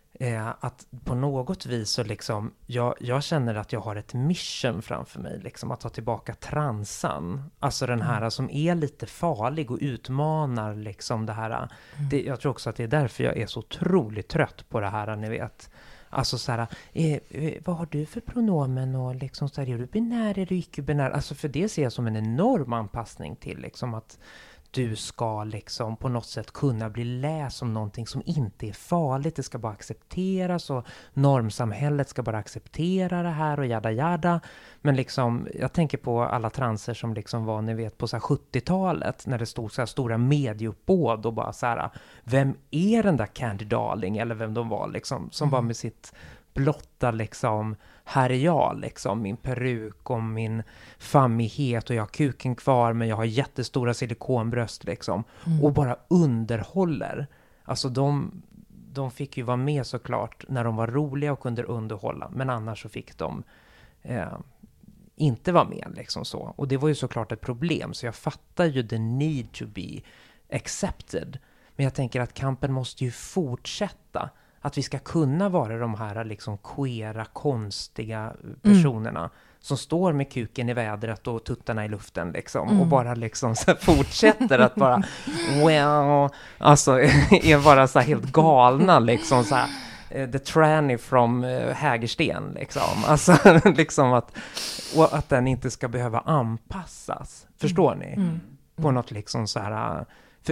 A: Eh, att på något vis så liksom, jag, jag känner att jag har ett mission framför mig, liksom, att ta tillbaka transan. Alltså den här mm. som är lite farlig och utmanar liksom det här. Mm. Det, jag tror också att det är därför jag är så otroligt trött på det här, ni vet. Alltså så här, eh, eh, vad har du för pronomen och liksom så här, är du binär, är du icke-binär? Alltså för det ser jag som en enorm anpassning till liksom att du ska liksom på något sätt kunna bli läst som någonting som inte är farligt. Det ska bara accepteras och normsamhället ska bara acceptera det här och jada jada. Men liksom, jag tänker på alla transer som liksom var, ni vet, på så här sjuttiotalet när det stod så här stora medieuppbåd och bara så här, vem är den där Candy Darling eller vem de var liksom, som mm. var med sitt blotta liksom, här är jag liksom, min peruk och min fammighet och jag har kuken kvar men jag har jättestora silikonbröst liksom, mm. och bara underhåller. Alltså de, de fick ju vara med såklart när de var roliga och kunde underhålla, men annars så fick de eh, inte vara med liksom så. Och det var ju såklart ett problem, så jag fattar ju the need to be accepted. Men jag tänker att kampen måste ju fortsätta. Att vi ska kunna vara de här liksom queera, konstiga personerna mm. som står med kuken i vädret och tuttarna i luften liksom, mm. och bara liksom så fortsätter att bara well, alltså är bara så här helt galna liksom så här, uh, the tranny from uh, Hägersten liksom, alltså liksom att, och att den inte ska behöva anpassas, förstår ni? Mm. Mm. På något liksom så här, för,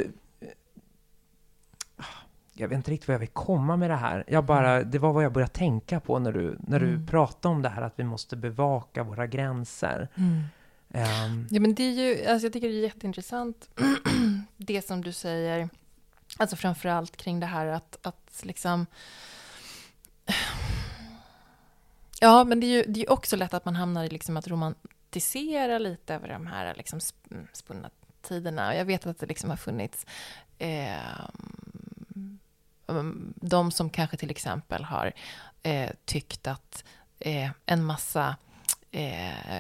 A: jag vet inte riktigt vad jag vill komma med det här. Jag bara, det var vad jag började tänka på när du, när du mm. pratade om det här, att vi måste bevaka våra gränser. Mm. Um.
B: Ja, men det är ju, alltså jag tycker det är jätteintressant det som du säger, alltså framförallt kring det här att, att liksom, ja, men det är ju det är också lätt att man hamnar i liksom att romantisera lite över de här liksom spunna tiderna. Och jag vet att det liksom har funnits eh, de som kanske till exempel har eh, tyckt att eh, en massa eh,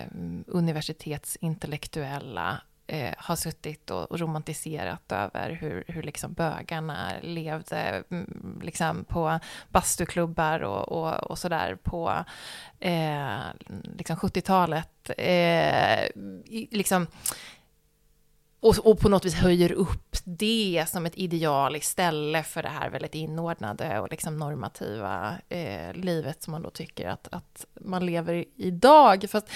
B: universitetsintellektuella eh, har suttit och, och romantiserat över hur, hur liksom bögarna levde liksom på bastuklubbar och, och, och sådär på eh, liksom sjuttiotalet. Eh, liksom Och, och på något vis höjer upp det som ett ideal istället för det här väldigt inordnade och liksom normativa eh, livet som man då tycker att, att man lever idag. Fast,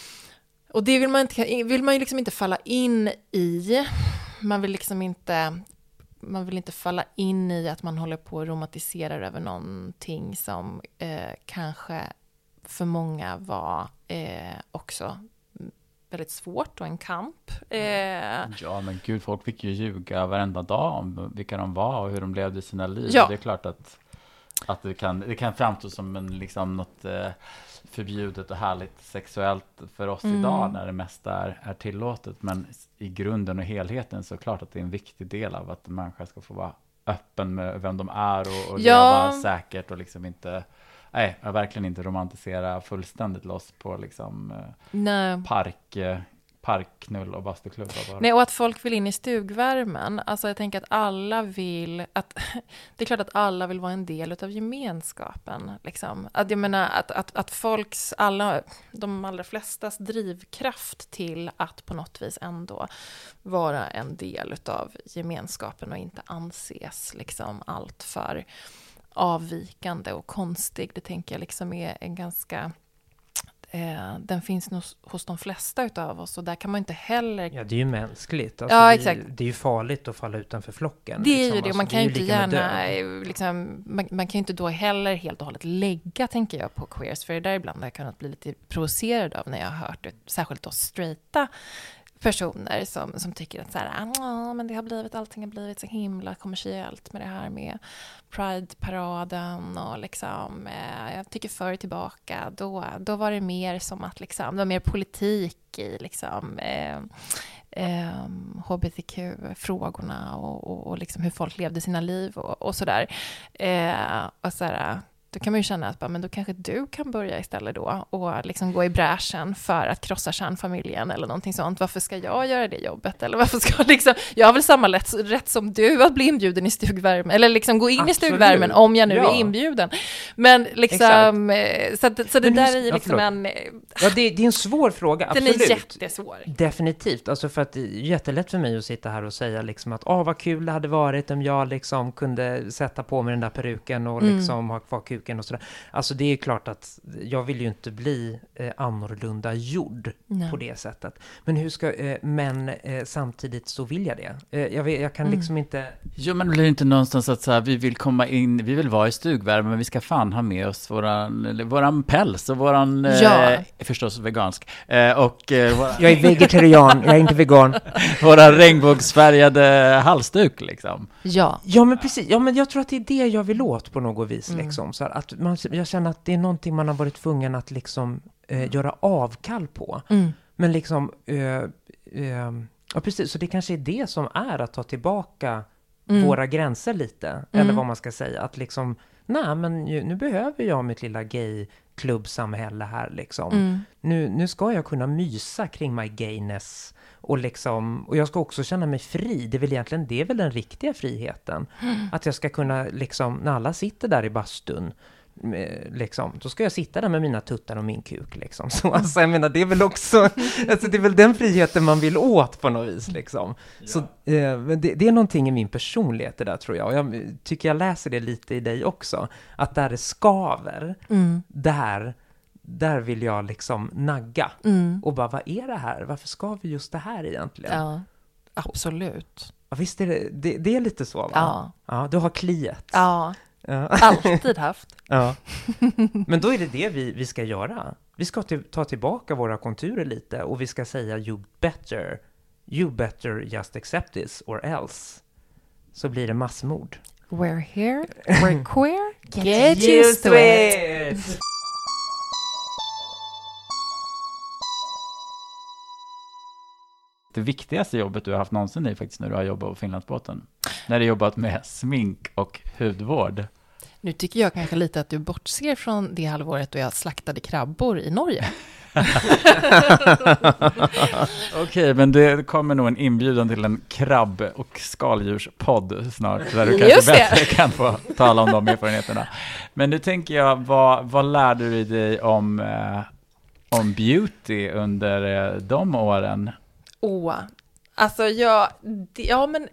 B: och det vill man, inte, vill man ju liksom inte falla in i. Man vill liksom inte, man vill inte falla in i att man håller på och romantiserar över någonting som eh, kanske för många var eh, också väldigt svårt och en kamp. Eh...
C: Ja, men gud, folk fick ju ljuga varenda dag om vilka de var och hur de levde sina liv.
B: Ja.
C: Det är klart att, att det, kan, det kan framstå som en, liksom, något eh, förbjudet och härligt sexuellt för oss mm. idag när det mesta är, är tillåtet. Men i grunden och helheten så är det klart att det är en viktig del av att en människa ska få vara öppen med vem de är och, och
B: ja.
C: leva säkert och liksom inte... Nej, jag verkligen inte romantisera fullständigt loss på liksom eh, park, eh, parkknull och bastuklubbar.
B: Nej, och att folk vill in i stugvärmen. Alltså jag tänker att alla vill, att det är klart att alla vill vara en del av gemenskapen. Liksom. Att jag menar att, att, att folks, alla, de allra flestas drivkraft till att på något vis ändå vara en del av gemenskapen och inte anses liksom allt för avvikande och konstig, det tänker jag liksom är en ganska eh, den finns nog hos de flesta utav oss och där kan man inte heller...
A: Ja, det är ju mänskligt. Alltså,
B: ja,
A: det,
B: exakt.
A: Det är ju farligt att falla utanför flocken.
B: Det är
A: liksom.
B: ju det,
A: alltså,
B: man kan ju inte gärna liksom, man, man kan ju inte då heller helt och hållet lägga, tänker jag, på queers, för det där ibland har jag kunnat bli lite provocerad av när jag har hört det, särskilt då straighta personer som, som tycker att så här, ah, men det har blivit, allting har blivit så himla kommersiellt med det här med Pride-paraden och liksom, eh, jag tycker förr tillbaka, då, då var det mer som att liksom, det var mer politik i liksom eh, eh, H B T Q-frågorna och, och, och liksom hur folk levde sina liv och, och sådär. Eh, och så här, då kan man ju känna att men då kanske du kan börja istället då och liksom gå i bräschen för att krossa kärnfamiljen eller någonting sånt. Varför ska jag göra det jobbet? Eller varför ska liksom, jag har väl samma rätt, rätt som du att bli inbjuden i stugvärmen eller liksom gå in Absolut. i stugvärmen om jag nu ja. är inbjuden. Men liksom, så, så det men där är ju liksom ja, en...
A: Ja, det, det är en svår fråga, absolut.
B: Den är jättesvår.
A: Definitivt, alltså för att det är jättelätt för mig att sitta här och säga liksom att åh vad kul det hade varit om jag liksom kunde sätta på mig den där peruken och mm. liksom ha kvar kuken och sådär. Alltså det är klart att jag vill ju inte bli eh, annorlunda gjord Nej. på det sättet. Men hur ska, eh, men eh, samtidigt så vill jag det. Eh, jag, vet, jag kan mm. liksom inte...
C: Jo, men blir det inte någonstans att så här, vi vill komma in, vi vill vara i stugvärmen, men vi ska fan ha med oss våran, våran päls och våran, ja. eh, förstås vegansk, eh, och eh, våra...
A: Jag är vegetarian, jag är inte vegan.
C: Våra regnbågsfärgade halsduk liksom.
B: Ja.
A: Ja, men precis. Ja, men jag tror att det är det jag vill åt på något vis mm. liksom. Så att man, jag känner att det är någonting man har varit tvungen att liksom eh, göra avkall på. Mm. Men liksom eh, eh, ja, precis. Så det kanske är det som är att ta tillbaka mm. våra gränser lite. Mm. Eller vad man ska säga. Att liksom, nej men nu behöver jag mitt lilla gay-klubbsamhälle här liksom. Mm. Nu, nu ska jag kunna mysa kring my gayness. Och, liksom, och jag ska också känna mig fri. Det är väl egentligen det är väl den riktiga friheten. Mm. Att jag ska kunna, liksom, när alla sitter där i bastun, liksom, då ska jag sitta där med mina tuttar och min kuk. Liksom. Så, alltså, jag menar, det är väl också, alltså, det är väl den friheten man vill åt på något vis. Liksom. Ja. Så, eh, det, det är någonting i min personlighet det där, tror jag. Och jag tycker jag läser det lite i dig också. Att där det skaver, mm. där... Där vill jag liksom nagga. Mm. Och bara, vad är det här? Varför ska vi just det här egentligen?
B: Ja, absolut.
A: Ja, visst är det, det, det är lite så, va?
B: Ja.
A: Ja, du har kliet.
B: Ja, ja. Alltid haft.
A: Ja. Men då är det det vi, vi ska göra. Vi ska till, ta tillbaka våra konturer lite. Och vi ska säga, you better, you better just accept this or else. Så blir det massmord.
B: We're here, we're queer, get, get used to it. it.
C: Det viktigaste jobbet du har haft någonsin är faktiskt när du har jobbat på Finlandsbåten. När du har jobbat med smink och hudvård.
B: Nu tycker jag kanske lite att du bortser från det halvåret då jag slaktade krabbor i Norge.
C: Okej, okay, men det kommer nog en inbjudan till en krabb- och skaldjurspodd snart. Där du kanske bättre kan få tala om de erfarenheterna. Men nu tänker jag, vad, vad lärde du dig om, eh, om beauty under eh, de åren?
B: Åh, alltså jag, ja men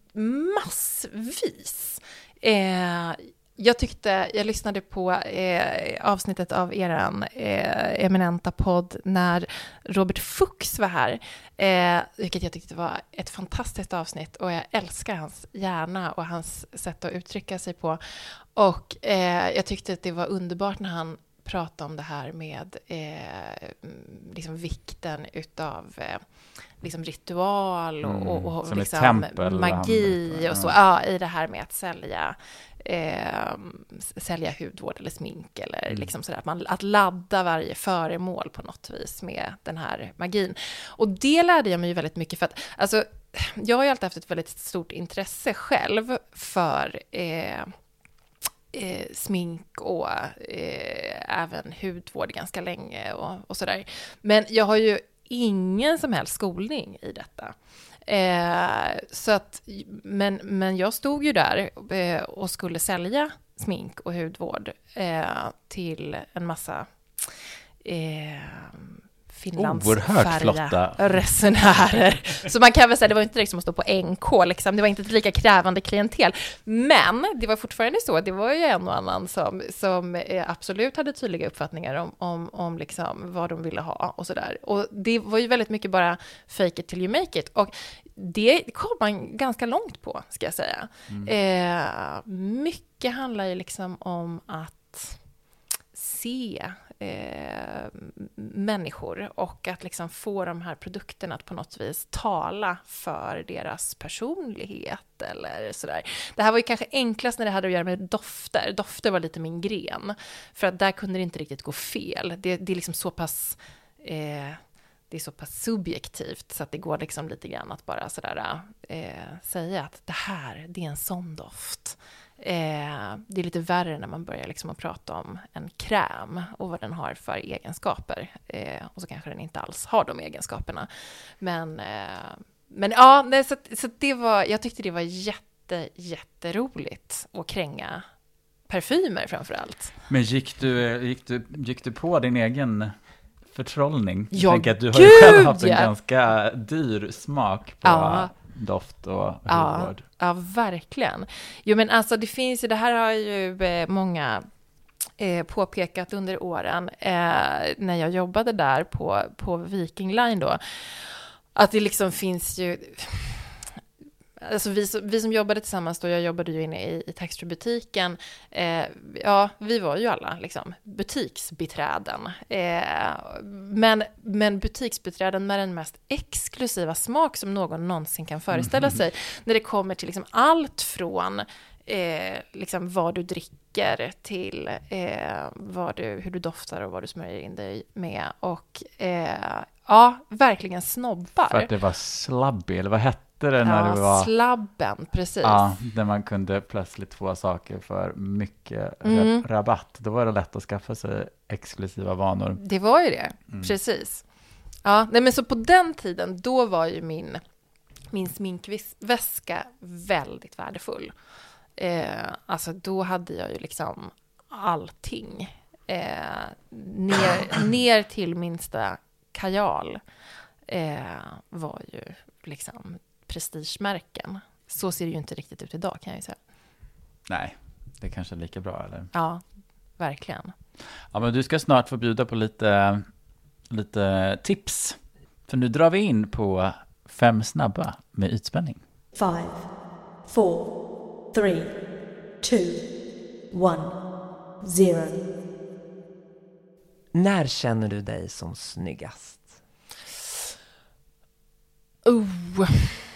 B: massvis. Eh, jag tyckte, jag lyssnade på eh, avsnittet av eran eh, eminenta podd när Robert Fuchs var här. Eh, vilket jag tyckte var ett fantastiskt avsnitt och jag älskar hans hjärna och hans sätt att uttrycka sig på. Och eh, jag tyckte att det var underbart när han prata om det här med eh, liksom vikten utav eh, liksom ritual och, mm, och, och liksom magi och så, ja. Ja, i det här med att sälja eh, sälja hudvård eller smink eller mm. liksom sådär, att, man, att ladda varje föremål på något vis med den här magin. Och det lärde jag mig väldigt mycket för att, alltså, jag har ju alltid haft ett väldigt stort intresse själv för eh, Eh, smink och eh, även hudvård ganska länge och, och sådär. Men jag har ju ingen som helst skolning i detta. Eh, så att, men, men jag stod ju där eh, och skulle sälja smink och hudvård eh, till en massa eh, Finlandsfärja resenärer. Så man kan väl säga, det var inte direkt som att stå på N K, liksom. Det var inte ett lika krävande klientel. Men det var fortfarande så, det var ju en och annan som, som absolut hade tydliga uppfattningar om, om, om liksom vad de ville ha och sådär. Och det var ju väldigt mycket bara fake it till you make it. Och det kom man ganska långt på, ska jag säga. Mm. Eh, mycket handlar ju liksom om att se Eh, människor och att liksom få de här produkterna att på något vis tala för deras personlighet eller sådär. Det här var ju kanske enklast när det hade att göra med dofter. Dofter var lite min gren, för att där kunde det inte riktigt gå fel. Det, det är liksom så pass eh, det är så pass subjektivt så att det går liksom lite grann att bara sådär eh, säga att det här, det är en sån doft. Eh, det är lite värre när man börjar liksom att prata om en kräm och vad den har för egenskaper. Eh, och så kanske den inte alls har de egenskaperna. Men, eh, men ja, nej, så, så det var, jag tyckte det var jätte, jätteroligt att kränga parfymer framför allt.
C: Men gick du, gick du, gick du på din egen förtrollning?
B: Ja,
C: jag tänker att du har
B: gud,
C: ju själv haft en
B: ja.
C: ganska dyr smak på
B: Ja.
C: doft och hudvård.
B: Ja, ja, verkligen. Jo, men alltså det finns ju, det här har ju eh, många eh, påpekat under åren eh, när jag jobbade där på, på Viking Line då, att det liksom finns ju, alltså vi, vi som jobbade tillsammans då, jag jobbade ju inne i, i taxfree-butiken, eh, ja, vi var ju alla liksom butiksbiträden. Eh, men, men butiksbiträden med den mest exklusiva smak som någon någonsin kan föreställa mm. sig. När det kommer till liksom allt från eh, liksom vad du dricker till eh, vad du, hur du doftar och vad du smörjer in dig med. Och eh, ja, verkligen snobbar.
C: För att det var slabby, eller vad hette det när
B: ja,
C: det var
B: slabben, precis.
C: Ja, där man kunde plötsligt få saker för mycket mm. rabatt. Då var det lätt att skaffa sig exklusiva vanor.
B: Det var ju det, mm. precis. Ja, nej, men så på den tiden, då var ju min, min sminkväska väldigt värdefull. Eh, alltså då hade jag ju liksom allting. Eh, ner, ner till minsta kajal eh, var ju liksom prestigemärken. Så ser det ju inte riktigt ut idag, kan jag ju säga.
C: Nej, det är kanske lika bra, eller?
B: Ja, verkligen.
C: Ja, men du ska snart få bjuda på lite, lite tips. För nu drar vi in på fem snabba med ytspänning.
D: Five, four, three, two, one, zero.
A: När känner du dig som snyggast?
B: Oh.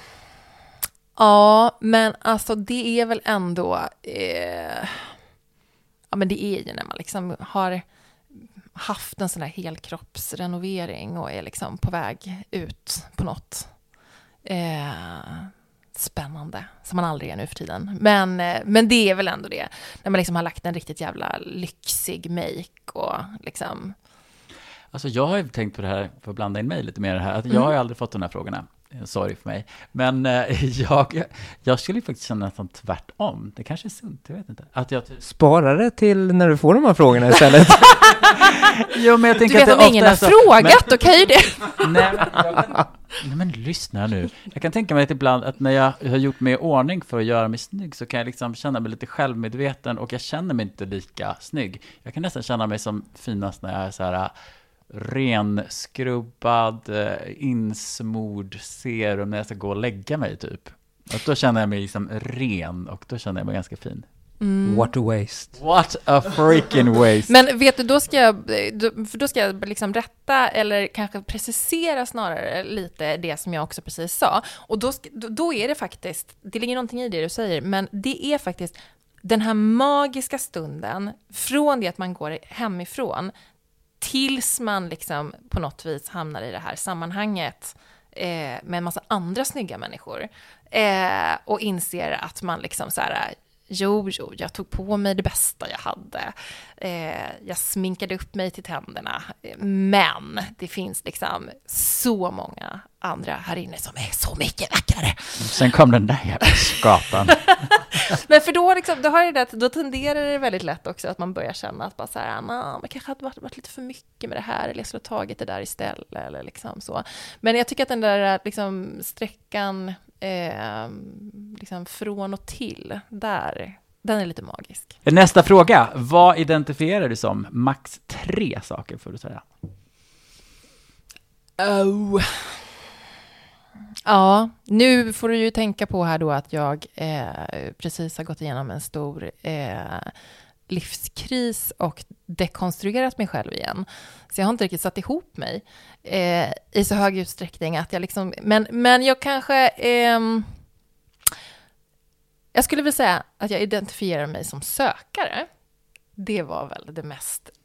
B: Ja, men alltså det är väl ändå eh, ja, men det är ju när man liksom har haft en sån där helkroppsrenovering och är liksom på väg ut på något eh, spännande som man aldrig är nu för tiden. Men, eh, men det är väl ändå det. När man liksom har lagt en riktigt jävla lyxig make och liksom.
C: Alltså jag har ju tänkt på det här, för att blanda in mig lite mer här, att jag
B: Mm.
C: har ju aldrig fått de här frågorna. Sorry för mig. Men eh, jag, jag skulle ju faktiskt känna nästan tvärtom. Det kanske är sunt, jag vet inte. Att jag typ...
A: Spara det till när du får de här frågorna istället.
C: Jo, men jag tänker
B: du vet
C: att det
B: om ingen har
C: så,
B: frågat,
C: men,
B: då kan ju det.
C: nej, men, jag kan, nej men lyssna nu. Jag kan tänka mig att ibland att när jag har gjort mig i ordning för att göra mig snygg så kan jag liksom känna mig lite självmedveten och jag känner mig inte lika snygg. Jag kan nästan känna mig som finast när jag är så här renskrubbad, insmord serum när jag ska gå och lägga mig typ. Och då känner jag mig liksom ren och då känner jag mig ganska fin.
B: Mm.
A: What a waste.
C: What a freaking waste.
B: Men vet du, då ska jag, för då ska jag liksom rätta eller kanske precisera snarare lite det som jag också precis sa. Och då, då är det faktiskt, det ligger någonting i det du säger, men det är faktiskt den här magiska stunden från det att man går hemifrån tills man liksom på något vis hamnar i det här sammanhanget eh, med en massa andra snygga människor eh, och inser att man liksom så här, jo, jo, jag tog på mig det bästa jag hade. Eh, jag sminkade upp mig till tänderna. Men det finns liksom så många andra här inne som är så mycket vackrare.
C: Sen kom den där jävla skatan.
B: Men för då, liksom, då, har det, då tenderar det väldigt lätt också att man börjar känna att bara så här, nah, man kanske hade varit, varit lite för mycket med det här eller jag skulle ha tagit det där istället. Eller liksom så. Men jag tycker att den där liksom, sträckan eh, liksom, från och till, där, den är lite magisk.
C: Nästa fråga. Vad identifierar du som? Max tre saker får du säga.
B: Oh. Ja, nu får du ju tänka på här då att jag eh, precis har gått igenom en stor eh, livskris och dekonstruerat mig själv igen. Så jag har inte riktigt satt ihop mig eh, i så hög utsträckning att jag liksom, men, men jag kanske eh, jag skulle vilja säga att jag identifierar mig som sökare. Det var väl det mest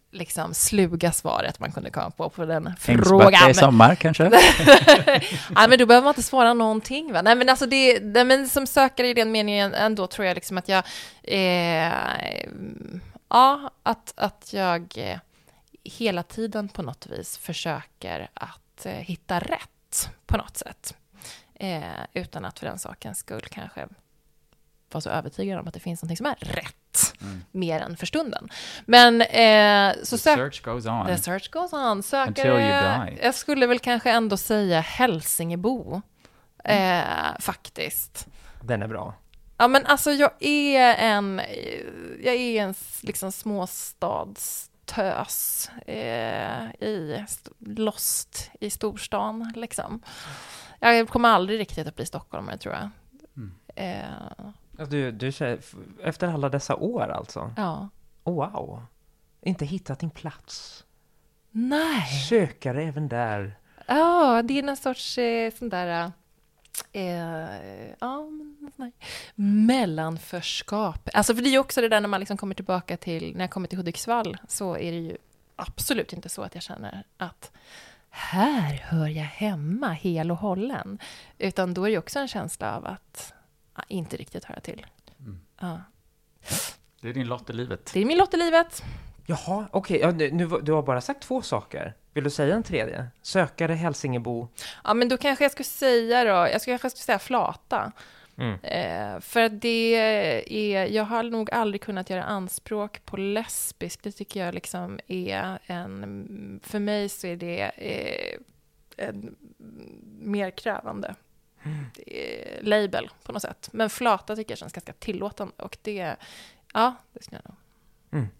B: liksom sluga svaret man kunde komma på på den
C: Ängsbacka
B: frågan.
C: i sommar kanske?
B: Nej, men då behöver man inte svara någonting, va? Nej, men alltså det, det men som sökare i den meningen ändå tror jag liksom att jag eh, ja, att, att jag eh, hela tiden på något vis försöker att eh, hitta rätt på något sätt. Eh, utan att för den sakens skull kanske vara så övertygad om att det finns något som är rätt mm. mer än för stunden. Men eh, så
C: the search goes on.
B: The search goes on. Sökare,
C: until you die.
B: Jag skulle väl kanske ändå säga Hälsingebo. Mm. Eh, faktiskt.
A: Den är bra.
B: Ja, men alltså jag är en jag är en liksom småstadstös eh, i lost i storstan liksom. Jag kommer aldrig riktigt att bli stockholmare, tror jag. Mm. Eh.
A: Du, du säger, efter alla dessa år alltså?
B: Ja.
A: Oh, wow. Inte hittat din plats.
B: Nej.
A: Sökare även där.
B: Ja, det är någon sorts eh, sån där eh, ja, nej. mellanförskap. Alltså för det är ju också det där när man liksom kommer tillbaka till, när jag kommer till Hudiksvall, så är det ju absolut inte så att jag känner att här hör jag hemma hel och hållen. Utan då är det också en känsla av att ja, inte riktigt höra till. Mm. Ja.
C: Det är din lott i livet.
B: Det är min lott i livet.
A: Jaha, okej. Okay. Ja, nu, du har bara sagt två saker. Vill du säga en tredje? Sökare, Hälsingebo.
B: Ja, men då kanske jag skulle säga då, jag skulle kanske säga Flata. Mm. Eh, för det är, jag har nog aldrig kunnat göra anspråk på lesbisk. Det tycker jag liksom är en, för mig så är det eh, en mer krävande mm. eh, label på något sätt. Men Flata tycker jag känns ganska tillåtande, och det, ja, det ska jag nog. Mm.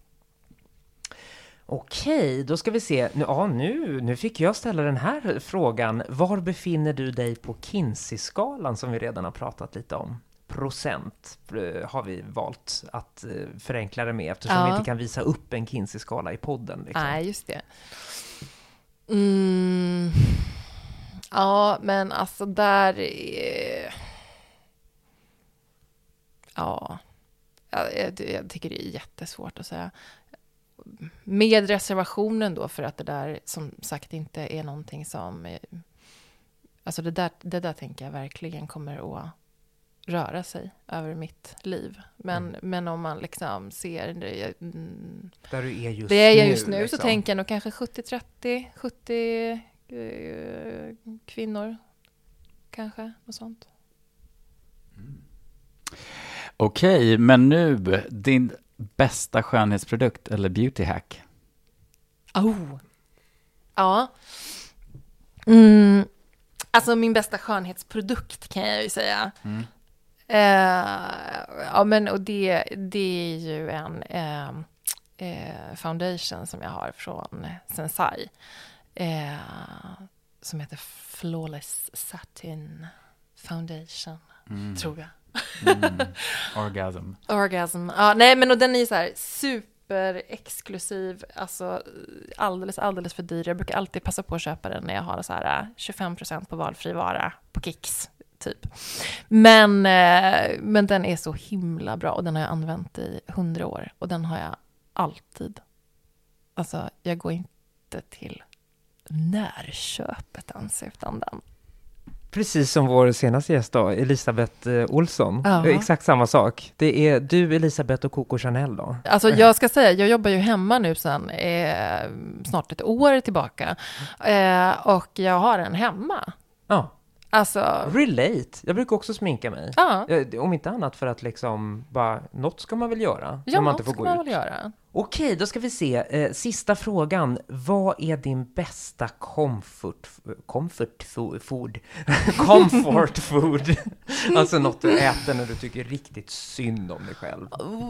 A: Okej, då ska vi se. Nu, ja, nu, nu fick jag ställa den här frågan. Var befinner du dig på Kinsey-skalan som vi redan har pratat lite om? Procent har vi valt att förenkla det med, eftersom ja. vi inte kan visa upp en Kinsey-skala i podden. Liksom.
B: Nej, just det. Mm. Ja, men alltså där är... Ja, jag, jag tycker det är jättesvårt att säga. Med reservationen då, för att det där som sagt inte är någonting som, alltså det där, det där tänker jag verkligen kommer att röra sig över mitt liv. Men, mm. men om man liksom ser det, mm,
A: där du är just
B: det är jag
A: nu,
B: just nu
A: liksom.
B: Så tänker jag nog kanske sjuttio trettio, sjuttio eh, kvinnor kanske, och sånt.
C: Mm. Okej, men nu din bästa skönhetsprodukt eller beauty hack?
B: Oh. Ja. Mm. Alltså min bästa skönhetsprodukt kan jag ju säga. Mm. Uh, ja, men och det, det är ju en uh, uh, foundation som jag har från Sensai. Uh, som heter Flawless Satin Foundation, mm. tror jag.
C: Mm. Orgasm.
B: Orgasm. Ja, nej, men och den är så här super exklusiv, alltså alldeles alldeles för dyr. Jag brukar alltid passa på att köpa den när jag har så här tjugofem procent på valfri vara på Kicks typ. Men eh, men den är så himla bra, och den har jag använt i hundra år, och den har jag alltid. Alltså jag går inte till närköpet ens utan den.
A: Precis som vår senaste gäst då, Elisabeth Olsson.
B: Ja.
A: Exakt samma sak. Det är du, Elisabeth och Coco Chanel då.
B: Alltså jag ska säga, jag jobbar ju hemma nu sedan eh, snart ett år tillbaka. Eh, och jag har en hemma.
A: Ja.
B: Alltså...
A: Relate. Jag brukar också sminka mig.
B: Ja.
A: Eh, om inte annat för att liksom bara, något ska man väl göra.
B: Ja,
A: man inte får
B: ska
A: gå
B: man
A: ut.
B: väl göra.
A: Okej, då ska vi se. Eh, sista frågan. Vad är din bästa comfort, comfort food? comfort food. Alltså något du äter när du tycker riktigt synd om dig själv.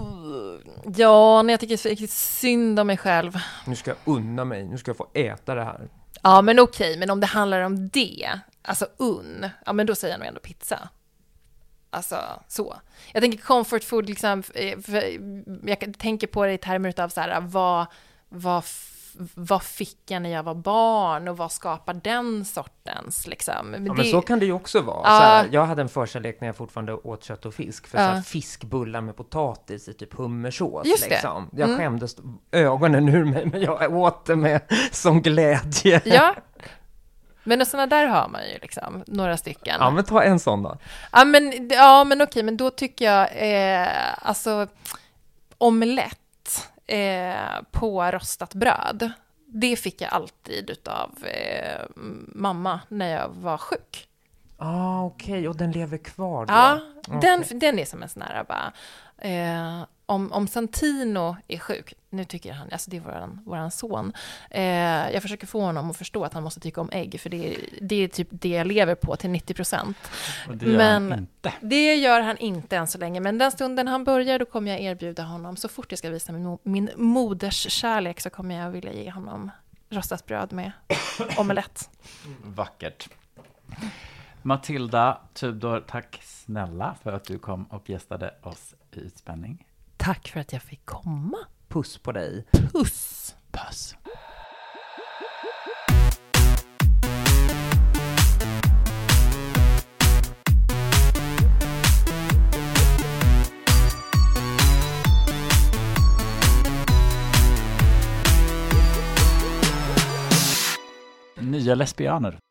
B: Ja, när jag tycker riktigt synd om mig själv.
A: Nu ska jag unna mig. Nu ska jag få äta det här.
B: Ja, men okej. Men om det handlar om det, alltså unn, ja men då säger jag nog ändå pizza. Alltså, så. Jag tänker comfort food, liksom, för jag tänker på det i termer av så här, vad, vad, vad fick jag när jag var barn och vad skapar den sortens liksom. Men,
A: ja,
B: det,
A: men så kan det ju också vara.
B: Uh,
A: så här, jag hade en förkärlek när jag fortfarande åt kött och fisk för
B: uh,
A: så här, fiskbullar med potatis i typ hummersås.
B: Just
A: liksom.
B: det.
A: Jag
B: mm.
A: skämdes ögonen ur mig, men jag åt det med som glädje.
B: Ja. Men sådana där har man ju liksom, några stycken.
A: Ja, men ta en sån då.
B: Ja, men, ja, men okej, men då tycker jag, eh, alltså, omelett eh, på rostat bröd, det fick jag alltid utav eh, mamma när jag var sjuk.
A: Ah, okej, okay. Och den lever kvar då?
B: Ja,
A: okay.
B: den, den är som en sån här bara, eh, om, om Santino är sjuk, nu tycker han, alltså det är våran, våran son, eh, jag försöker få honom att förstå att han måste tycka om ägg, för det, det är typ det jag lever på till nittio procent.
C: Det gör
B: men
C: han inte.
B: Det gör han inte än så länge, men den stunden han börjar, då kommer jag erbjuda honom, så fort jag ska visa min, min moders kärlek, så kommer jag vilja ge honom rostat bröd med omelett.
C: Vackert. Matilda Tudor, tack snälla för att du kom och gästade oss i Utspänning.
B: Tack för att jag fick komma.
A: Puss på dig.
B: Puss.
C: Puss. Nya lesbianer.